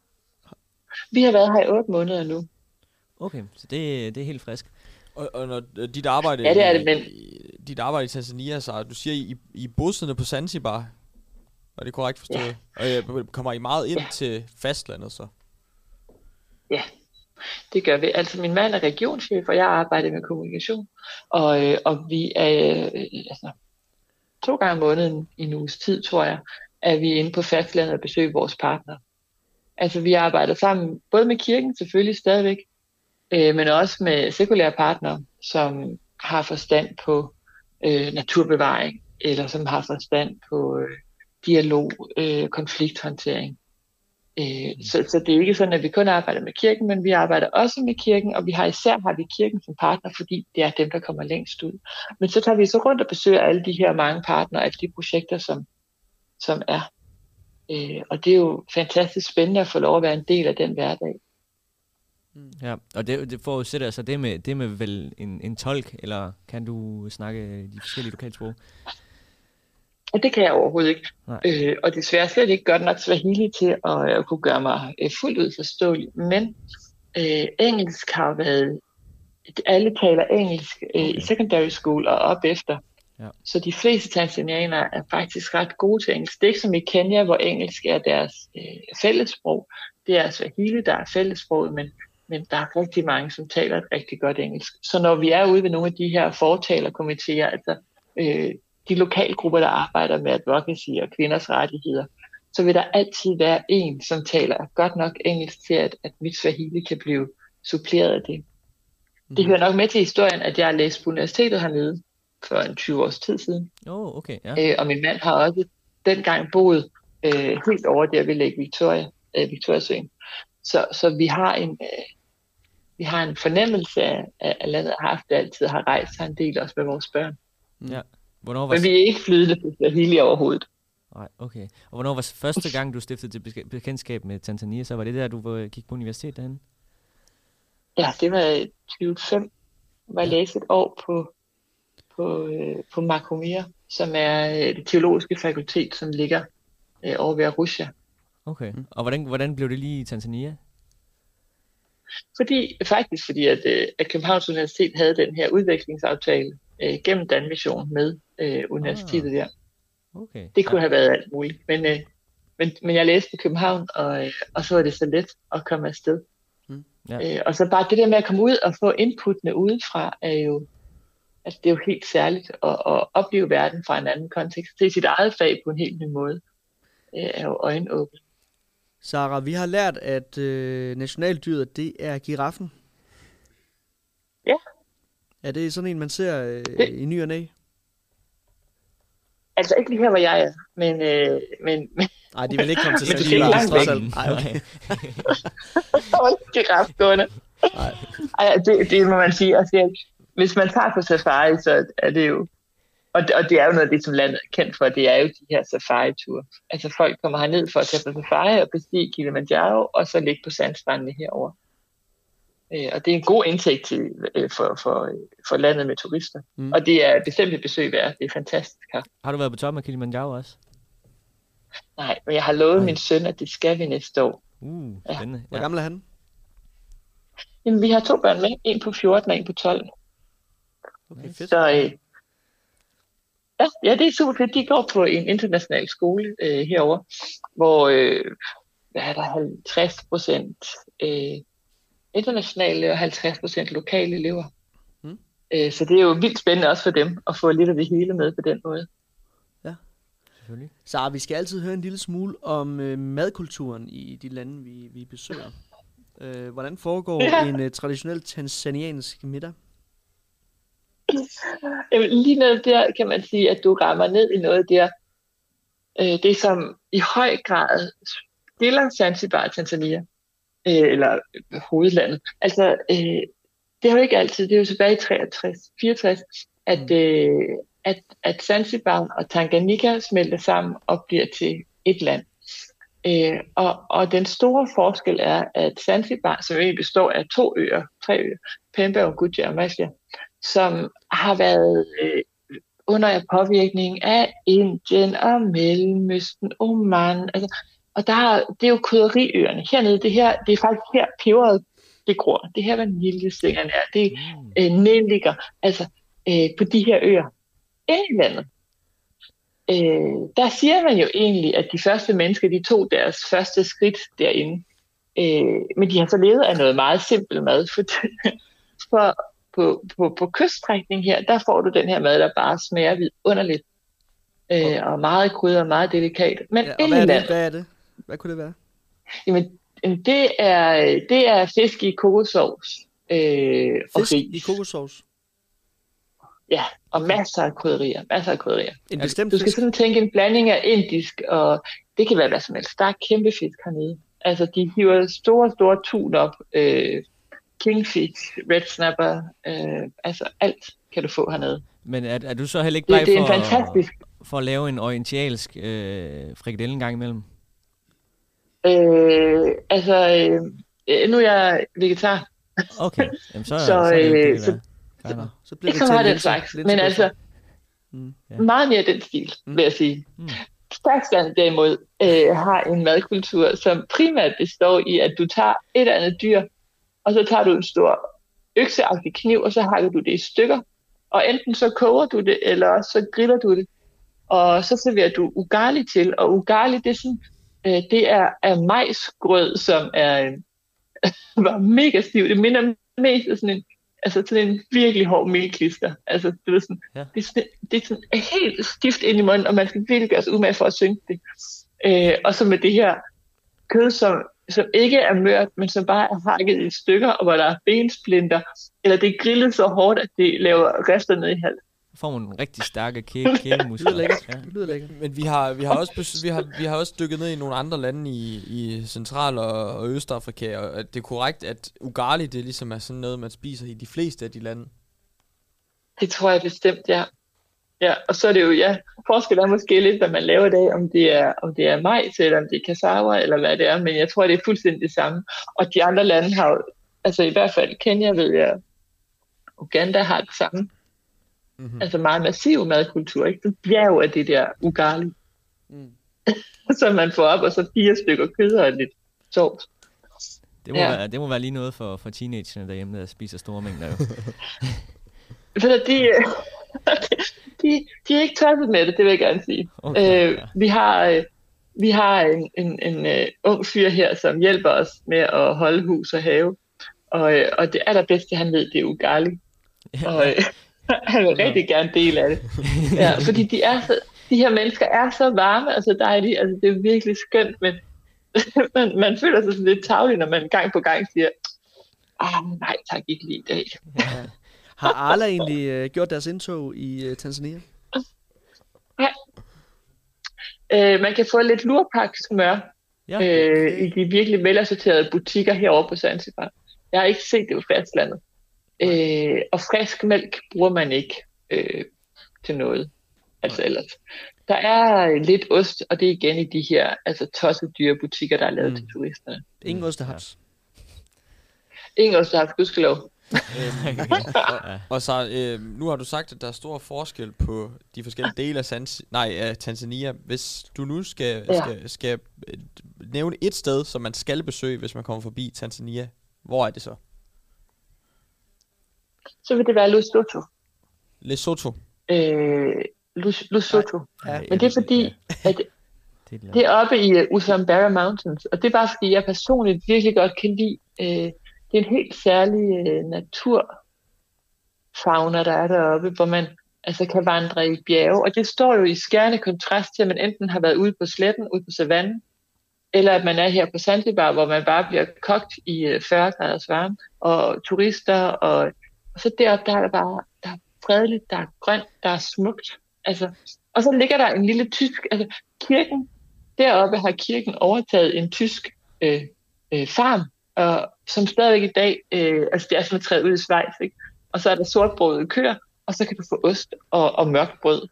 Vi har været her i otte måneder nu. Okay, så det, det er helt frisk. Og, og når dit arbejde, ja, det er det, men... i, dit arbejde i Tanzania, så du siger, I, I bosiddende på Zanzibar. Er det korrekt forstået? Ja. Og kommer I meget ind ja. til fastlandet så? Ja, det gør vi. Altså min mand er regionschef, og jeg arbejder med kommunikation. Og, øh, og vi er øh, altså, to gange om måneden i en uges tid, tror jeg, er vi inde på fastlandet og besøger vores partnere. Altså vi arbejder sammen, både med kirken selvfølgelig stadigvæk, øh, men også med sekulære partnere, som har forstand på øh, naturbevaring, eller som har forstand på... Øh, dialog, øh, konflikthåndtering. Øh, så, så det er ikke sådan, at vi kun arbejder med kirken, men vi arbejder også med kirken, og vi har især har vi kirken som partner, fordi det er dem, der kommer længst ud. Men så tager vi så rundt og besøger alle de her mange partnere, alle de projekter, som, som er. Øh, og det er jo fantastisk spændende at få lov at være en del af den hverdag. Ja, og det, det forudsætter altså det med, det med vel en, en tolk, eller kan du snakke de forskellige lokalsprog? Og det kan jeg overhovedet ikke. Øh, og desværre slet ikke godt nok Swahili til at, at kunne gøre mig øh, fuldt ud forståelig. Men øh, engelsk har været... Alle taler engelsk øh, okay. i secondary school og op efter. Ja. Så de fleste tanzanianere er faktisk ret gode til engelsk. Det er ikke som i Kenya, hvor engelsk er deres øh, fællessprog. Det er Swahili, der er fællessproget, men, men der er rigtig mange, som taler et rigtig godt engelsk. Så når vi er ude ved nogle af de her fortalerkomiteer, altså... Øh, de lokalgrupper, der arbejder med advocacy og kvinders rettigheder, så vil der altid være en, som taler godt nok engelsk til, at, at mit Swahili kan blive suppleret af det. Mm. Det hører nok med til historien, at jeg har læst på universitetet hernede for en tyve års tid siden. Oh, okay, ja. øh, og min mand har også dengang boet øh, helt over der ved Lake Victoria, øh, Victoriasøen. Så, så vi har en... Øh, vi har en fornemmelse af, at landet har haft det altid, har rejst her en del også med vores børn. Mm. Ja. Hvornår var Men vi er ikke flydende på Swahili overhovedet. Nej, okay. Og hvornår var første gang, du stiftede til bekendtskab med Tanzania, så var det der, du gik på universitet derhen? Ja, det var tyve fem. Jeg var læst et år på, på, øh, på Makumia som er øh, det teologiske fakultet, som ligger øh, over ved Arusha. Okay, og hvordan, hvordan blev det lige i Tanzania? Fordi, faktisk fordi, at, øh, at Københavns Universitet havde den her udvekslingsaftale øh, gennem Danmission med øh, universitetet ah, der. Okay. Det kunne ja. have været alt muligt. Men, øh, men, men jeg læste på København, og, øh, og så var det så let at komme afsted. Mm. Ja. Øh, og så bare det der med at komme ud og få inputtene udefra, er jo, altså det er jo helt særligt at, at opleve verden fra en anden kontekst. Det er sit eget fag på en helt ny måde. Øh, er jo øjenåbent. Sarah, vi har lært, at øh, nationaldyret, det er giraffen. Ja. Er det sådan en, man ser øh, i ny og næ? Altså ikke lige her, hvor jeg er, men... Øh, men Nej, de vil ikke komme til Men sådan det er en langt væk. Nej, okay. Giraf gående. Nej. Ej, det, det må man sige. Altså, hvis man tager på safari, så er det jo... Og det, og det er jo noget af det, som landet er kendt for, det er jo de her safari-ture. Altså folk kommer herned for at tage på safari og bestige Kilimanjaro, og så ligge på sandstrandene herover. Øh, og det er en god indtægt til, øh, for, for, for landet med turister. Mm. Og det er bestemt et besøg værd. Det er fantastisk her. Har du været på toppen af Kilimanjaro også? Nej, men jeg har lovet Nej. min søn, at det skal vi næste år. Uh, ja. Hvor gammel er han? Jamen, vi har to børn med. En på fjorten og en på tolv. Okay, fedt. Så øh, ja, ja, det er super fedt. De går på en international skole øh, herover, hvor øh, hvad er der halvtreds procent øh, internationale og halvtreds procent lokale elever. Mm. Øh, så det er jo vildt spændende også for dem at få lidt af det hele med på den måde. Ja, selvfølgelig. Så vi skal altid høre en lille smule om øh, madkulturen i de lande, vi, vi besøger. Øh, hvordan foregår ja. en øh, traditionel tanzaniansk middag? Jamen, lige noget der kan man sige, at du rammer ned i noget der, øh, det som i høj grad skiller Zanzibar og Tanzania, øh, eller øh, hovedlandet. Altså, øh, det er jo ikke altid, det er jo tilbage i treogtres, fireogtres, at, øh, at, at Zanzibar og Tanganyika smelter sammen og bliver til et land. Øh, og, og den store forskel er, at Zanzibar, som egentlig består af to øer, tre øer, Pemba, Unguja og Masya, som har været øh, under påvirkning af Indien og Mellemøsten, Oman. Altså, og der er, det er jo krydderiøerne. Hernede, det, her, det er faktisk her peberet, det gror. Det her vaniljestingerne er. Det er øh, nelliker, altså øh, på de her øer. Inde i landet, øh, der siger man jo egentlig, at de første mennesker, de tog deres første skridt derinde. Øh, men de har så levet af noget meget simpelt mad. For, for På, på, på kyststrækning her, der får du den her mad, der bare smager vidunderligt. Øh, okay. Og meget krydder og meget delikat. Men ja, og hvad, er det? hvad er det? Hvad kunne det være? Jamen, det er, det er fisk i kokosovs. Øh, fisk og ris. i kokosovs? Ja, og okay. masser af krydderier. Masser af krydderier. En bestemt du skal fisk? sådan tænke en blanding af indisk, og det kan være hvad som helst. Der er kæmpe fisk hernede. Altså, de hiver store, store tun op. Øh, Kingfish, red snapper, øh, altså alt kan du få hernede. Men er, er du så heller ikke bleg det, det er for, fantastisk. for at lave en orientalsk øh, frikadelle en gang imellem? Øh, altså, øh, nu er jeg vegetar. Okay, jamen så, så, så er det øh, det, så, så, så bliver ikke så meget den slags, men altså, mm, ja. meget mere den stil, mm. vil jeg sige. Mm. Stærkland derimod øh, har en madkultur, som primært består i, at du tager et andet dyr, og så tager du en stor økseagtig kniv, og så hakker du det i stykker. Og enten så koger du det, eller også så griller du det. Og så serverer du ugali til. Og ugali, det er, sådan, øh, det er, er majsgrød, som er øh, var mega stiv. Det minder mest af sådan en, altså sådan en virkelig hård mælklister. Altså, det er sådan, ja. det er sådan, det er sådan helt stift ind i munden, og man skal virkelig gøre sig umage for at synke det. Øh, og så med det her kød, som som ikke er mørt, men som bare er hakket i stykker, og hvor der er bensplinter, eller det er grillet så hårdt, at det laver rester ned i halsen. Får man nogle rigtig stærke kæ- kælemuskler. Det lyder lækkert. Ja. Det lyder lækkert. Men vi har, vi, har også bes- vi, har, vi har også dykket ned i nogle andre lande i, i Central- og, og Østafrika, og det er korrekt, at ugali, det ligesom er sådan noget, man spiser i de fleste af de lande. Det tror jeg bestemt, ja. Ja, og så er det jo, ja, forskellen er måske lidt, hvad man laver i dag, om det er, om det er majs, eller om det er cassava, eller hvad det er, men jeg tror, det er fuldstændig det samme. Og de andre lande har jo, altså i hvert fald Kenya, ved jeg, Uganda har det samme. Mm-hmm. Altså meget massiv madkultur, ikke? Det bliver jo af det der ugali. Mm. Som man får op, og så fire stykker kød og lidt sovs. Det må, ja. være, det må være lige noget for, for teenagerne derhjemme, der spiser store mængder. Jo. For de, de, de er ikke tosset med det, det vil jeg gerne sige. Okay, øh, ja. Vi har, øh, vi har en, en, en uh, ung fyr her, som hjælper os med at holde hus og have. Og, øh, og det allerbedste, han ved, det er ugali. Ja. Og øh, han vil rigtig ja. gerne del af det. Ja, fordi de, er så, de her mennesker er så varme, altså dejlige, altså det er virkelig skønt, men man, man føler sig sådan lidt tavlig, når man gang på gang siger, ah, nej tak, ikke lige i dag. Ja. Har Arla egentlig øh, gjort deres indtog i øh, Tanzania? Nej. Øh, man kan få lidt lurpak-smør ja, okay. øh, i de virkelig velassorterede butikker herovre på Zanzibar. Jeg har ikke set det på fastlandet. Øh, og frisk mælk bruger man ikke øh, til noget. Altså ellers. Der er lidt ost, og det er igen i de her altså tosset dyre butikker, der er lavet mm. til turisterne. Ingen ostehaps. Ingen ostehaps, gudskelov. og, og så, øh, nu har du sagt, at der er stor forskel på de forskellige dele af Sans- nej, af Tanzania. Hvis du nu skal, ja. skal, skal nævne et sted, som man skal besøge, hvis man kommer forbi Tanzania, hvor er det så? Så vil det være Lesotho. Lesotho? Øh, Lesotho. Ja. Men det er fordi, at det er oppe i uh, Usambara Mountains, og det er bare fordi, jeg personligt virkelig godt kan lide, øh, det er en helt særlig øh, naturfauna, der er deroppe, hvor man altså kan vandre i bjerge, og det står jo i skærende kontrast til, at man enten har været ude på sletten, ude på savannen, eller at man er her på Zanzibar, hvor man bare bliver kogt i øh, fyrre graders varme, og turister, og, og så deroppe, der er der bare, der er fredeligt, der er grønt, der er smukt. Altså, og så ligger der en lille tysk, altså kirken, deroppe har kirken overtaget en tysk øh, øh, farm, og, som stadigvæk i dag, øh, altså det er som at træde ud i Schweiz, ikke? Og så er der sortbrødede køer, og så kan du få ost og, og mørkt brød.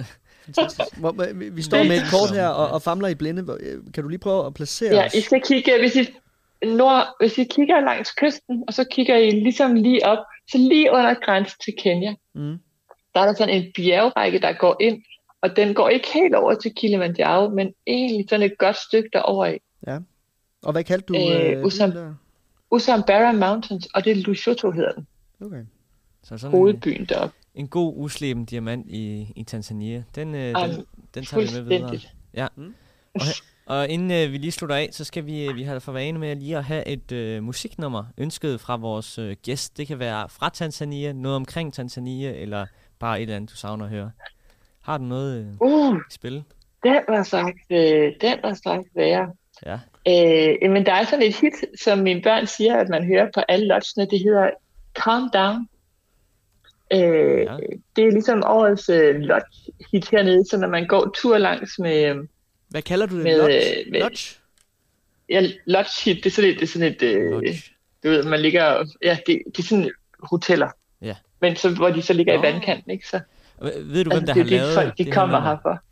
Vi står med et kort her og, og famler i blinde. Kan du lige prøve at placere ja, os? Ja, I skal kigge, hvis I, nord, hvis I kigger langs kysten, og så kigger I ligesom lige op, så lige under grænsen til Kenya, mm. der er der sådan en bjergrække, der går ind, og den går ikke helt over til Kilimanjaro, men egentlig sådan et godt stykke derover af. Ja. Og hvad kaldte du øh, øh, Usam, Usambara Mountains, og det er Lesotho hedder den. Okay. Så sådan hovedbyen deroppe. En god usleben diamant i, i Tanzania. Den, øh, um, den, den tager vi med videre. Ja. Mm. Og, og inden øh, vi lige slutter af, så skal vi, vi have for vane med lige at have et øh, musiknummer ønsket fra vores øh, gæst. Det kan være fra Tanzania, noget omkring Tanzania, eller bare et eller andet, du savner at høre. Har du noget øh, uh, i spil? Den var sagt, øh, den var sagt værre. Ja. Øh, men der er sådan et hit, som mine børn siger, at man hører på alle lodgene. Det hedder Calm Down. Øh, ja. Det er ligesom årets øh, lodge-hit hernede, så når man går tur langs med... Hvad kalder du det? Med, lodge? Med, lodge? Ja, lodge-hit. Det er sådan et... Det er sådan et øh, du ved, man ligger... Ja, det, det er sådan hoteller. Ja. Men så, hvor de så ligger oh. i vandkanten, ikke? Så, ved du, altså, hvem der det, har lavet det? Folk, de det kommer her for.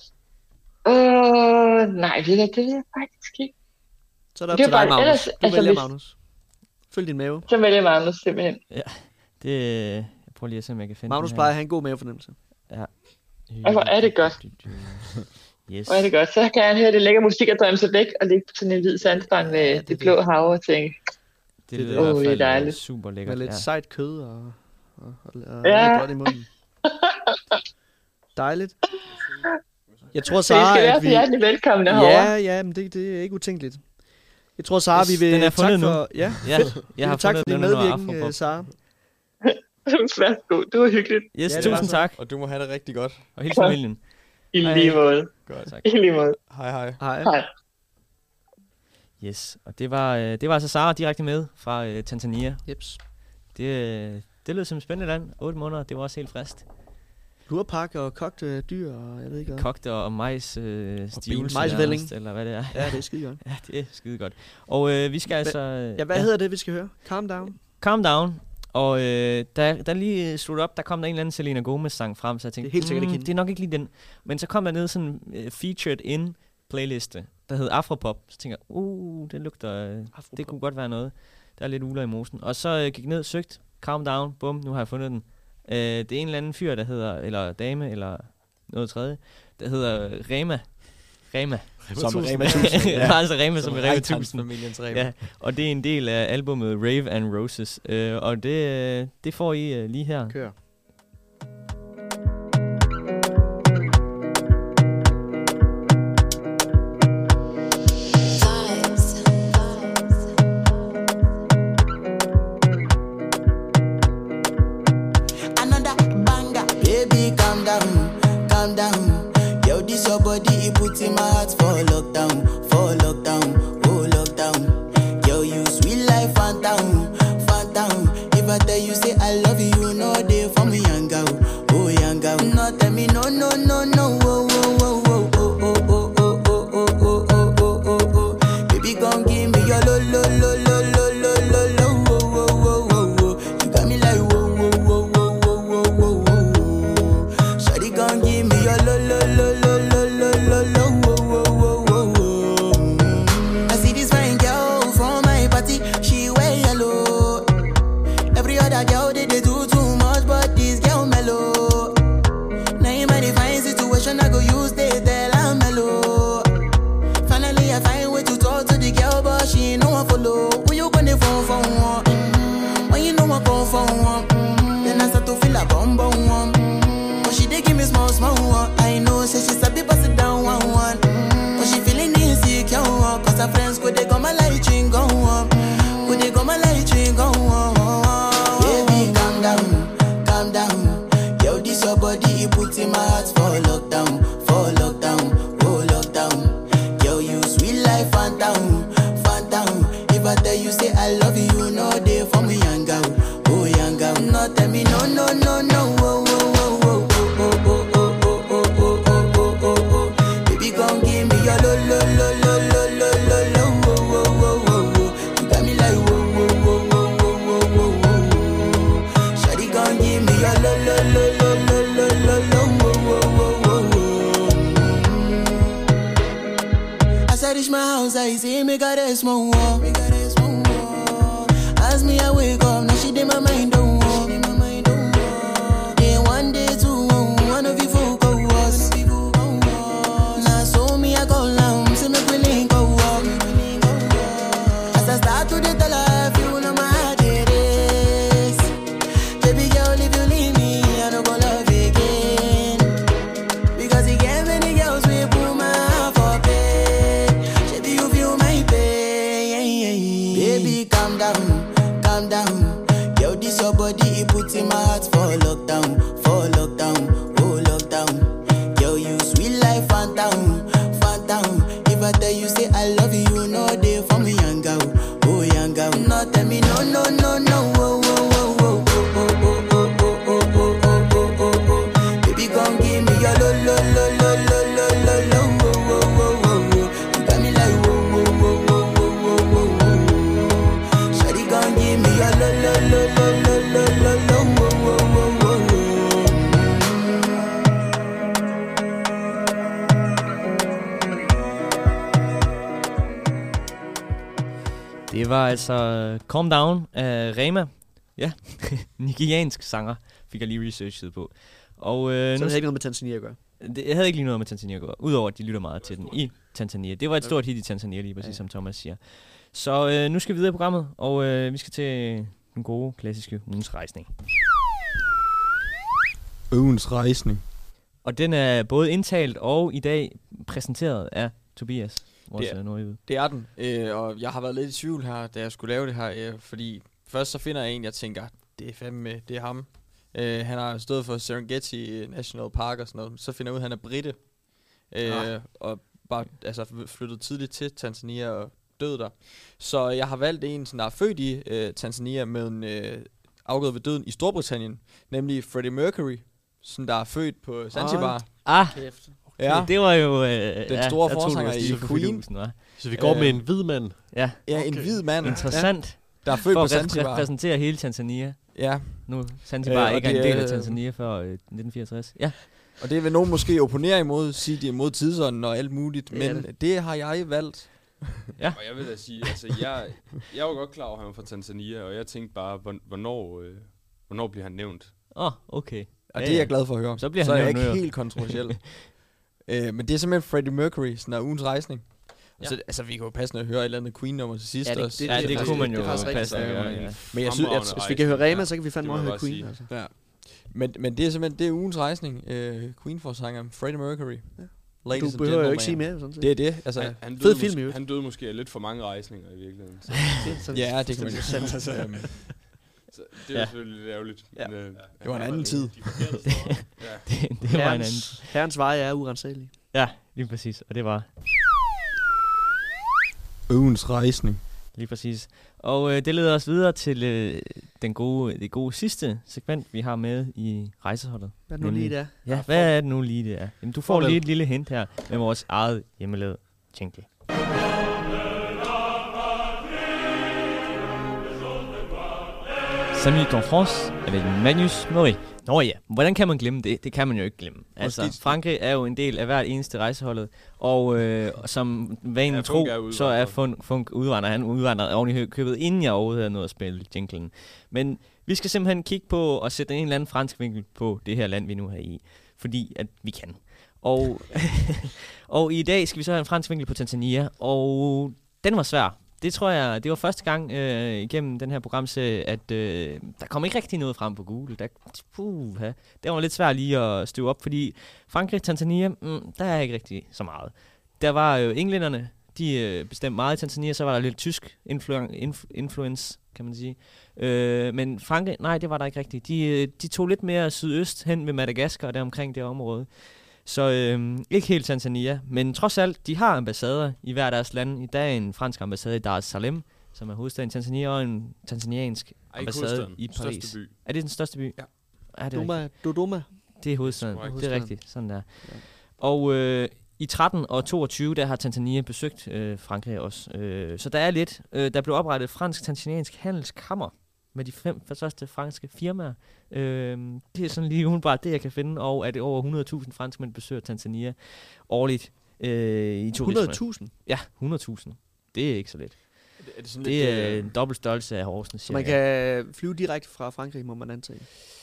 Øh, nej, det, det, det ved jeg faktisk ikke. Så er det op til dig, Magnus. Ellers, du altså, vælger, hvis, Magnus. Følg din mave. Så vælger Magnus simpelthen. Ja, det... Jeg prøver lige at se, om jeg kan finde Magnus plejer at have en god mavefornemmelse. Ja. Og hvor er det godt. Yes. Hvor er det godt. Så kan han høre det lækker musik og drømme sig væk og ligge på sådan en hvid sandstrand med ja, det, det blå hav og tænke. Det, det, det, det, oh, det er i hvert fald super lækkert. Med lidt ja. sejt kød og, og, og, og ja. lidt godt i munden. Dejligt. Jeg tror, Sara, så I skal være at vi... hjertelig velkomne herovre. Ja, ja, men det, det er ikke utænkeligt. Jeg tror, Sara, vi vil... Den er fundet for, nu. Ja, ja jeg har tak for din medvirken, Sara. Værsgo, det var hyggeligt. Yes, ja, tusind tak. Og du må have det rigtig godt. Og hele familien. I lige måde. Godt. Tak. I lige måde. Hej, hej. Hej. Hej. Yes, og det var, øh, det var altså Sara direkte med fra øh, Tanzania. Jeps. Det, øh, det lød som et spændende land. otte måneder, det var også helt frist. Lurpak og kogte dyr, og jeg ved ikke hvad. Kogte og majs øh, stivelse. Majsvælling. Eller hvad det er. Ja, det er skide godt. Ja, det er skide godt. Og øh, vi skal altså... Øh, ja, hvad ja. hedder det, vi skal høre? Calm Down. Calm Down. Og øh, da, da lige sluttede op, der kom der en eller anden Selena Gomez-sang frem, så jeg tænkte, det er, helt sikkert mm, ikke det er nok ikke lige den. Men så kom der ned sådan en uh, featured in playliste, der hed Afropop. Så tænkte jeg, uh, det lugter, uh, det kunne godt være noget. Der er lidt uler i mosen. Og så uh, gik ned og søgte, Calm Down, bum, nu har jeg fundet den. Øh, det er en eller anden fyr, der hedder, eller dame, eller noget tredje, der hedder Rema. Rema. Som Rema tusind. Ja, altså Rema som, som Rema tusind. Familiens Rema. Ja, og det er en del af albumet Rave and Roses. Øh, og det, det får I øh, lige her. Kør. In my heart for lockdown, for lockdown, oh lockdown. Yo, you sweet life, phantom, phantom. If I tell you say I love you, you know they for me young girl, oh young girl. No tell me no, no, no, no, oh, oh, oh, oh, oh, oh, oh, oh, oh, oh, oh, oh, oh, oh, oh. Baby, come give me your lo, lo, lo, lo, lo, lo, lo, lo, oh, oh, oh, oh, oh. You got me like whoa, whoa, whoa, whoa, whoa, whoa, whoa, whoa. Shawty, come give me your lo, lo, lo, lo, lo, lo, lo, lo. I go use they tell I'm mellow. Finally I find way to talk to the girl, but she ain't no one follow. Who you gonna phone for one? Mm-hmm. When you know I come for one, mm-hmm. Then I start to feel a bum bum one. Mm-hmm. But she dey give me small small one. I know say she's a bit pass it down one one. Mm-hmm. But she feeling insecure one. Cause her friends could they come my light ring go on. Could they come my light ring go on. Baby calm down, calm down. Yo, this your body, it puts in my heart for lockdown, for lockdown, oh lockdown. Yo, you sweet life, phantom, phantom. If I tell you say I love you, you know they for me young girl, oh young girl. No tell me no, no, no, no, oh, oh, oh, oh, oh, oh, oh, oh, oh, oh, oh, oh, oh, oh. Baby, come give me your lo, lo, lo, lo, lo, lo, lo, lo, oh, oh, oh, oh, oh. You got me like whoa, whoa, whoa, whoa, whoa, whoa, whoa, whoa. Shawty, come give me your lo, lo, lo, lo. I reach my house, I see me got a small wall. As me I wake up, now she did my mind don't walk. Then one day two, one of you folk go was. Now so me I go down, see me willing go walk. As I start to the tell her, you know my heart it is. Baby girl, if you leave me, I don't go love again. Because you gave many girls we put my heart for bed. Baby, calm down, calm down. Yo, this your body, it puts in my heart for lockdown, for lockdown, oh lockdown. Yo, you sweet life, phantom, phantom. If I tell you say I love you, you know they for me young girl, oh young girl. No tell me no, no, no, no, oh, oh, oh, oh, oh, oh, oh, oh, oh, oh, oh, oh, oh, oh. Baby, come give me your lo, lo, lo, lo, lo, lo, lo, lo, oh, oh, oh, oh, oh. You got me like whoa, whoa, whoa, whoa, whoa, whoa, whoa. Shawty, come give me your lo, lo, lo, lo, lo, lo, lo, lo, oh, oh, oh, oh, oh. Det var altså Calm Down af Rema. Ja, nigeriansk sanger, fik jeg lige researchet på. Og, øh, så det havde ikke noget med Tanzania at gøre? Det havde ikke lige noget med Tanzania at gøre, udover at de lytter meget til den i Tanzania. Det var et stort okay. hit i Tanzania lige præcis, ja. Som Thomas siger. Så øh, nu skal vi videre i programmet, og øh, vi skal til den gode, klassiske ugens rejsning. Ugens rejsning. Og den er både indtalt og i dag præsenteret af Tobias. Det er, det er den, øh, og jeg har været lidt i tvivl her, da jeg skulle lave det her, øh, fordi først så finder jeg en, jeg tænker, det er fandme, det er ham. Øh, han har stået for Serengeti National Park og sådan noget, så finder jeg ud, at han er brite, øh, ja. og bare altså, flyttet tidligt til Tanzania og død der. Så jeg har valgt en, der er født i øh, Tanzania, men øh, afgået ved døden i Storbritannien, nemlig Freddie Mercury, som der er født på Zanzibar. Ah, okay. Ja, det var jo øh, den store ja, forsanger i Queen. Så vi går øh, med en hvid mand. Ja, ja okay. En hvid mand. Interessant. Ja. Der er født på Zanzibar. For at repræsentere hele Tanzania. Ja. Nu Zanzibar øh, ikke er en del af Tanzania før øh, nitten fireogtres. Ja. Og det vil nogen måske opponere imod, sige de er imod tidsånden og alt muligt, men det, det har jeg valgt. Ja. Og jeg vil da sige, altså jeg, jeg var godt klar over, at han var fra Tanzania, og jeg tænkte bare, hvornår, øh, hvornår bliver han nævnt? Åh, oh, okay. Og ja, det er jeg glad for at høre. Så bliver så han er jeg jo ikke nødt. helt kontroversiel. øh, men det er simpelthen Freddie Mercury, sådan der ugens rejsning. Ja. Så, altså, vi kan jo passende at høre et eller andet Queen-nummer til sidst ja, det, også. det, ja, det, det, det kunne man jo passe. Ja, Ja, ja. Men jeg synes, at, hvis vi kan høre Rema, ja, så kan vi fandme også høre Queen. Altså. Ja. Men, men det er simpelthen det er ugens rejsning. Uh, Queen-forsangeren Freddie Mercury. Ja. Ladies du behøver jo ikke sige mere. Sådan det er det. Altså, han, han, fed døde film, mås- jo. han døde måske af lidt for mange rejsninger i virkeligheden. Så. sådan, ja, det kan man jo sige. Så det er ja. selvfølgelig lidt ærgerligt. Ja. Men, øh, det var en anden tid. det, det, det var en anden tid. Herrens veje er urensagelige. Ja, lige præcis. Og det var... Ugens rejsning. Lige præcis. Og øh, det leder os videre til øh, den gode, det gode sidste segment, vi har med i rejseholdet. Hvad nu lige det er? Ja, hvad er det nu lige det er? Jamen, du får lige et lille hint her med vores eget hjemmelavede jingle. cinq minutes en France avec Magnus Murray. Nå ja, hvordan kan man glemme det? Det kan man jo ikke glemme. Altså, Frankrig er jo en del af hvert eneste rejseholdet, og øh, som vanen ja, tro, er så er Funk, Funk udvandrer. Han udvandrer oven i købet, inden jeg overhovedet havde nået at spille jinglen. Men vi skal simpelthen kigge på og sætte en eller anden fransk vinkel på det her land, vi nu er i. Fordi at vi kan. Og, og i dag skal vi så have en fransk vinkel på Tanzania, og den var svær. Det tror jeg, det var første gang øh, igennem den her programserie, at øh, der kom ikke rigtig noget frem på Google. Der, puh, det var lidt svært lige at støve op, fordi Frankrig, Tanzania, mm, der er ikke rigtig så meget. Der var jo øh, englænderne, de øh, bestemte meget i Tanzania, så var der lidt tysk influ- inf- influence, kan man sige. Øh, men Frankrig, nej, det var der ikke rigtigt. De, de tog lidt mere sydøst hen ved Madagaskar og der omkring det område. Så øh, ikke helt Tanzania, men trods alt, de har ambassader i hver deres land. I dag er en fransk ambassade i Dar es Salaam, som er hovedstaden i Tanzania, og en tanzaniansk Ej, ambassade i Paris. Største by. Er det den største by? Ja. Er det Dodoma, Dodoma. Det er hovedstaden, Det er, det er rigtigt, sådan der. Ja. Og øh, i tretten og toogtyve, der har Tanzania besøgt øh, Frankrig også. Øh, så der er lidt. Øh, der blev oprettet fransk-tanzaniansk handelskammer med de fem største franske firmaer. Øh, det er sådan lige umiddelbart det, jeg kan finde, og at over hundrede tusind franskmænd besøger Tanzania årligt øh, i turisme. hundrede tusind? Ja, hundrede tusind. Det er ikke så lidt. Er det sådan det lidt, er øh... en dobbelt størrelse af Horsens. Så man kan flyve direkte fra Frankrig, må man antage.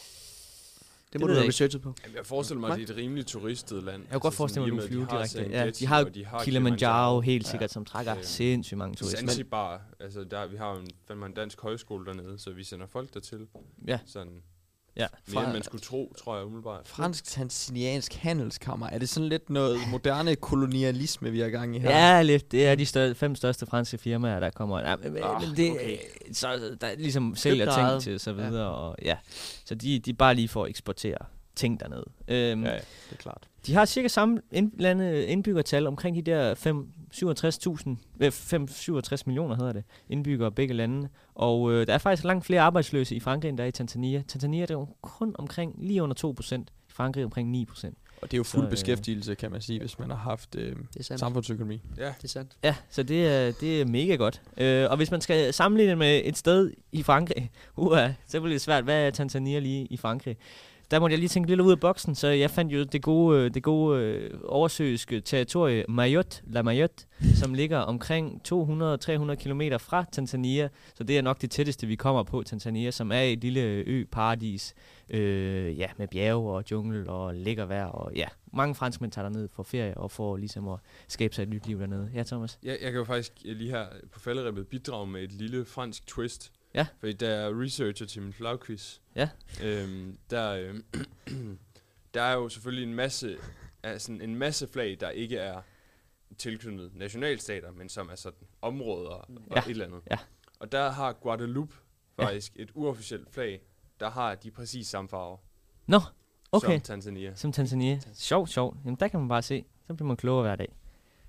Det må det du have researchet på. Jamen, jeg forestiller mig, at det er et rimeligt turistet land. Jeg kan godt forestille mig, at du flyver direkte. Ja, de har jo Kilimanjaro, Kilimanjaro helt sikkert, ja, som trækker øh, sindssygt mange turister. Zanzibar, altså der, vi har jo en, fandme en dansk højskole dernede, så vi sender folk dertil. Ja. Sådan ja. mere end man skulle tro, tror jeg umiddelbart. Fransk-tanzaniansk handelskammer. Er det sådan lidt noget moderne kolonialisme, vi har gang i her? Ja, lidt. Det er de større, fem største franske firmaer, der kommer. Ja, men, ah, men det, okay. så der ligesom sælger ting til så videre. Ja. Og, ja. Så de, de bare lige får eksportere ting dernede. Øhm, ja, ja, det er klart. De har cirka samme indblandede indbyggertal, omkring de der fem syvogtres tusind, fem syvogtres millioner hedder det, indbyggere begge lande. Og øh, der er faktisk langt flere arbejdsløse i Frankrig, end der er i Tanzania. Tanzania er jo kun omkring lige under to procent, i Frankrig omkring ni procent. Og det er jo fuld så, beskæftigelse, kan man sige, hvis man har haft øh, samfundsøkonomi. Ja, det er sandt. Ja, så det er, det er mega godt. Øh, og hvis man skal sammenligne det med et sted i Frankrig, uh, så bliver det svært. Hvad er Tanzania lige i Frankrig? Der måtte jeg lige tænke lidt ud af boksen, så jeg fandt jo det gode, det gode øh, oversøiske territorie Mayotte, La Mayotte, som ligger omkring to hundrede til tre hundrede kilometer fra Tanzania. Så det er nok det tætteste, vi kommer på Tanzania, som er et lille ø-paradis, øh, ja, med bjerge og jungle og lækker vejr. Og ja, mange franskmænd tager derned for ferie og får ligesom at skabe sig et nyt liv dernede. Ja, Thomas? Ja, jeg kan jo faktisk lige her på falderebet bidrage med et lille fransk twist. Ja. Fordi der er researcher til min flagquiz. Ja. Øhm, der, øh, der er jo selvfølgelig en masse, altså en masse flag, der ikke er tilknyttet nationalstater, men som er sådan områder og ja. et eller andet. Ja. Og der har Guadeloupe faktisk ja. et uofficielt flag, der har de præcis samme farver. Nå, okay. Som Tanzania. Som Tanzania. Sjovt, sjovt. Jamen der kan man bare se. Så bliver man klogere hver dag.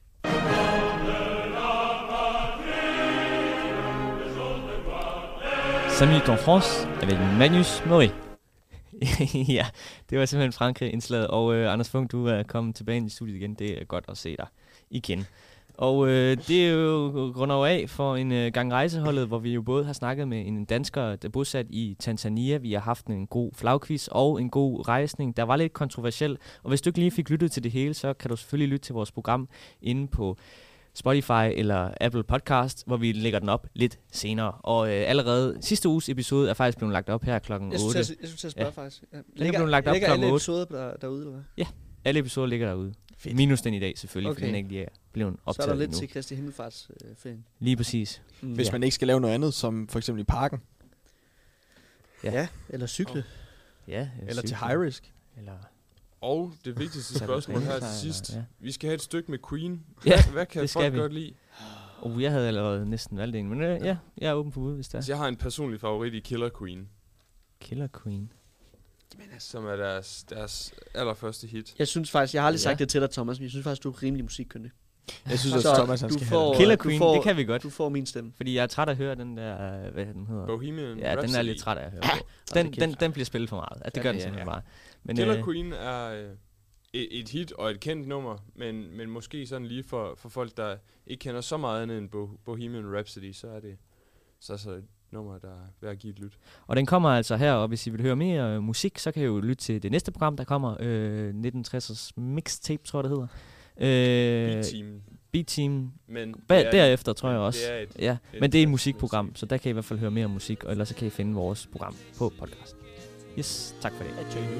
cinq minutes en France avec Magnus Murray. Ja, det var simpelthen Frankrig-indslaget. Og øh, Anders Funk, du er kommet tilbage ind i studiet igen. Det er godt at se dig igen. Og øh, det er jo runder af for en øh, gang rejseholdet, hvor vi jo både har snakket med en dansker, der er bosat i Tanzania. Vi har haft en god flagquiz og en god rejsning, der var lidt kontroversiel. Og hvis du ikke lige fik lyttet til det hele, så kan du selvfølgelig lytte til vores program inde på Spotify eller Apple Podcast, hvor vi lægger den op lidt senere. Og øh, allerede sidste uges episode er faktisk blevet lagt op her klokken jeg otte. Synes, jeg, jeg synes, jeg spørger ja. faktisk. Ja. Den er blevet lagt op klokken otte. Ligger alle episoder der, derude, eller hvad? Ja, alle episoder ligger derude. Fedt. Minus den i dag selvfølgelig, okay. fordi den ikke lige er blevet optaget. Så er der lidt endnu. til Kristi Himmelfartsferien. Øh, lige præcis. Mm. Hvis ja. man ikke skal lave noget andet, som for eksempel i parken. Ja, ja eller cykle. Oh. Ja, eller cykle. Til high risk. Eller... Og det vigtigste spørgsmål her til sidst. Ja. Vi skal have et stykke med Queen. Ja, hvad kan folk godt lide? Oh, jeg havde allerede næsten valgt en, men øh, ja, jeg er åben for bud, hvis det er. Altså, jeg har en personlig favorit i Killer Queen. Killer Queen? Som er deres, deres allerførste hit. Jeg synes faktisk, jeg har aldrig ja. sagt det til dig, Thomas, men jeg synes faktisk, du er rimelig musikkyndig. Jeg synes også, Thomas han skal have Killer Queen, får, det kan vi godt. Du får min stemme. Fordi jeg er træt af at høre den der, hvad den hedder? Bohemian Ja, Rhapsody. den er lidt træt af at høre på. Den, den, den bliver spillet for meget. Ja, det gør ja, den simpelthen ja. bare. Men Killer øh, Queen er øh, et, et hit og et kendt nummer, men, men måske sådan lige for, for folk, der ikke kender så meget andet end Bo, Bohemian Rhapsody, så er det så, så et nummer, der er værd at give et lyt. Og den kommer altså her, og hvis I vil høre mere øh, musik, så kan I jo lytte til det næste program, der kommer, øh, nitten tressers Mixtape, tror jeg, det hedder. Øh, Beat-team. Beat-team. Men Ba- derefter, tror jeg også. Det er et, ja, et men det er et musikprogram, musik. Så der kan I i hvert fald høre mere musik, og ellers så kan I finde vores program på podcast. Yes, tak for det.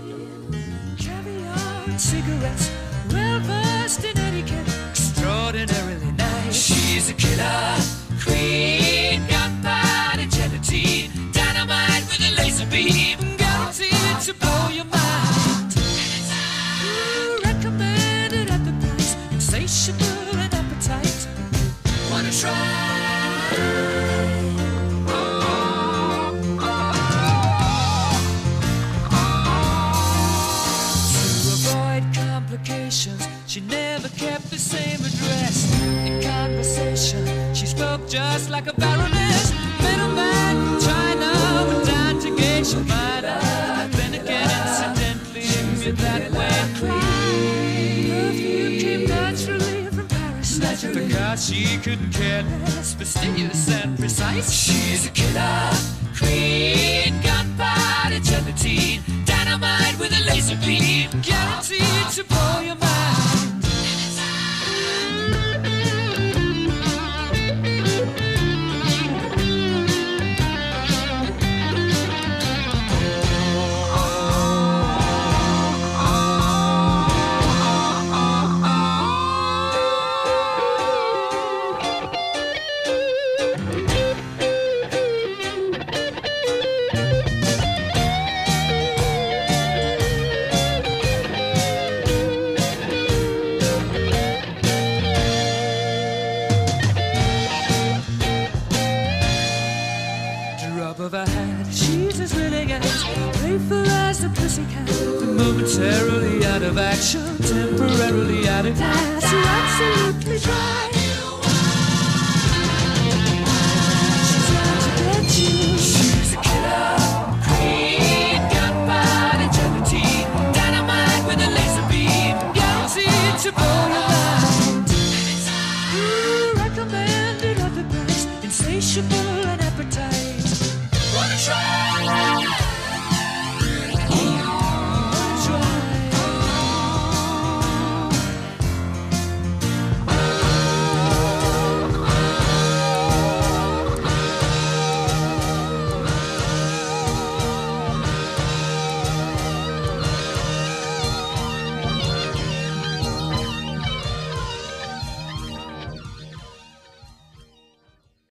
Caviar and cigarettes, well versed in etiquette, extraordinarily nice. She's a killer queen, gunpowder gelatine, dynamite with a laser beam, guaranteed to blow your mind. Ooh, recommended at the price, insatiable and appetite. Wanna try? She never kept the same address. In conversation, she spoke just like a baroness. Middleman from China went down to gauge your mind. Then again, incidentally, you're that way. Perfume came naturally from Paris. Naturally. Because she couldn't care less, fastidious and precise. She's a killer queen, gunpowder gelatine, dynamite with a laser beam, guaranteed to blow your mind. Momentarily out of action, temporarily out of gas, you're absolutely dry.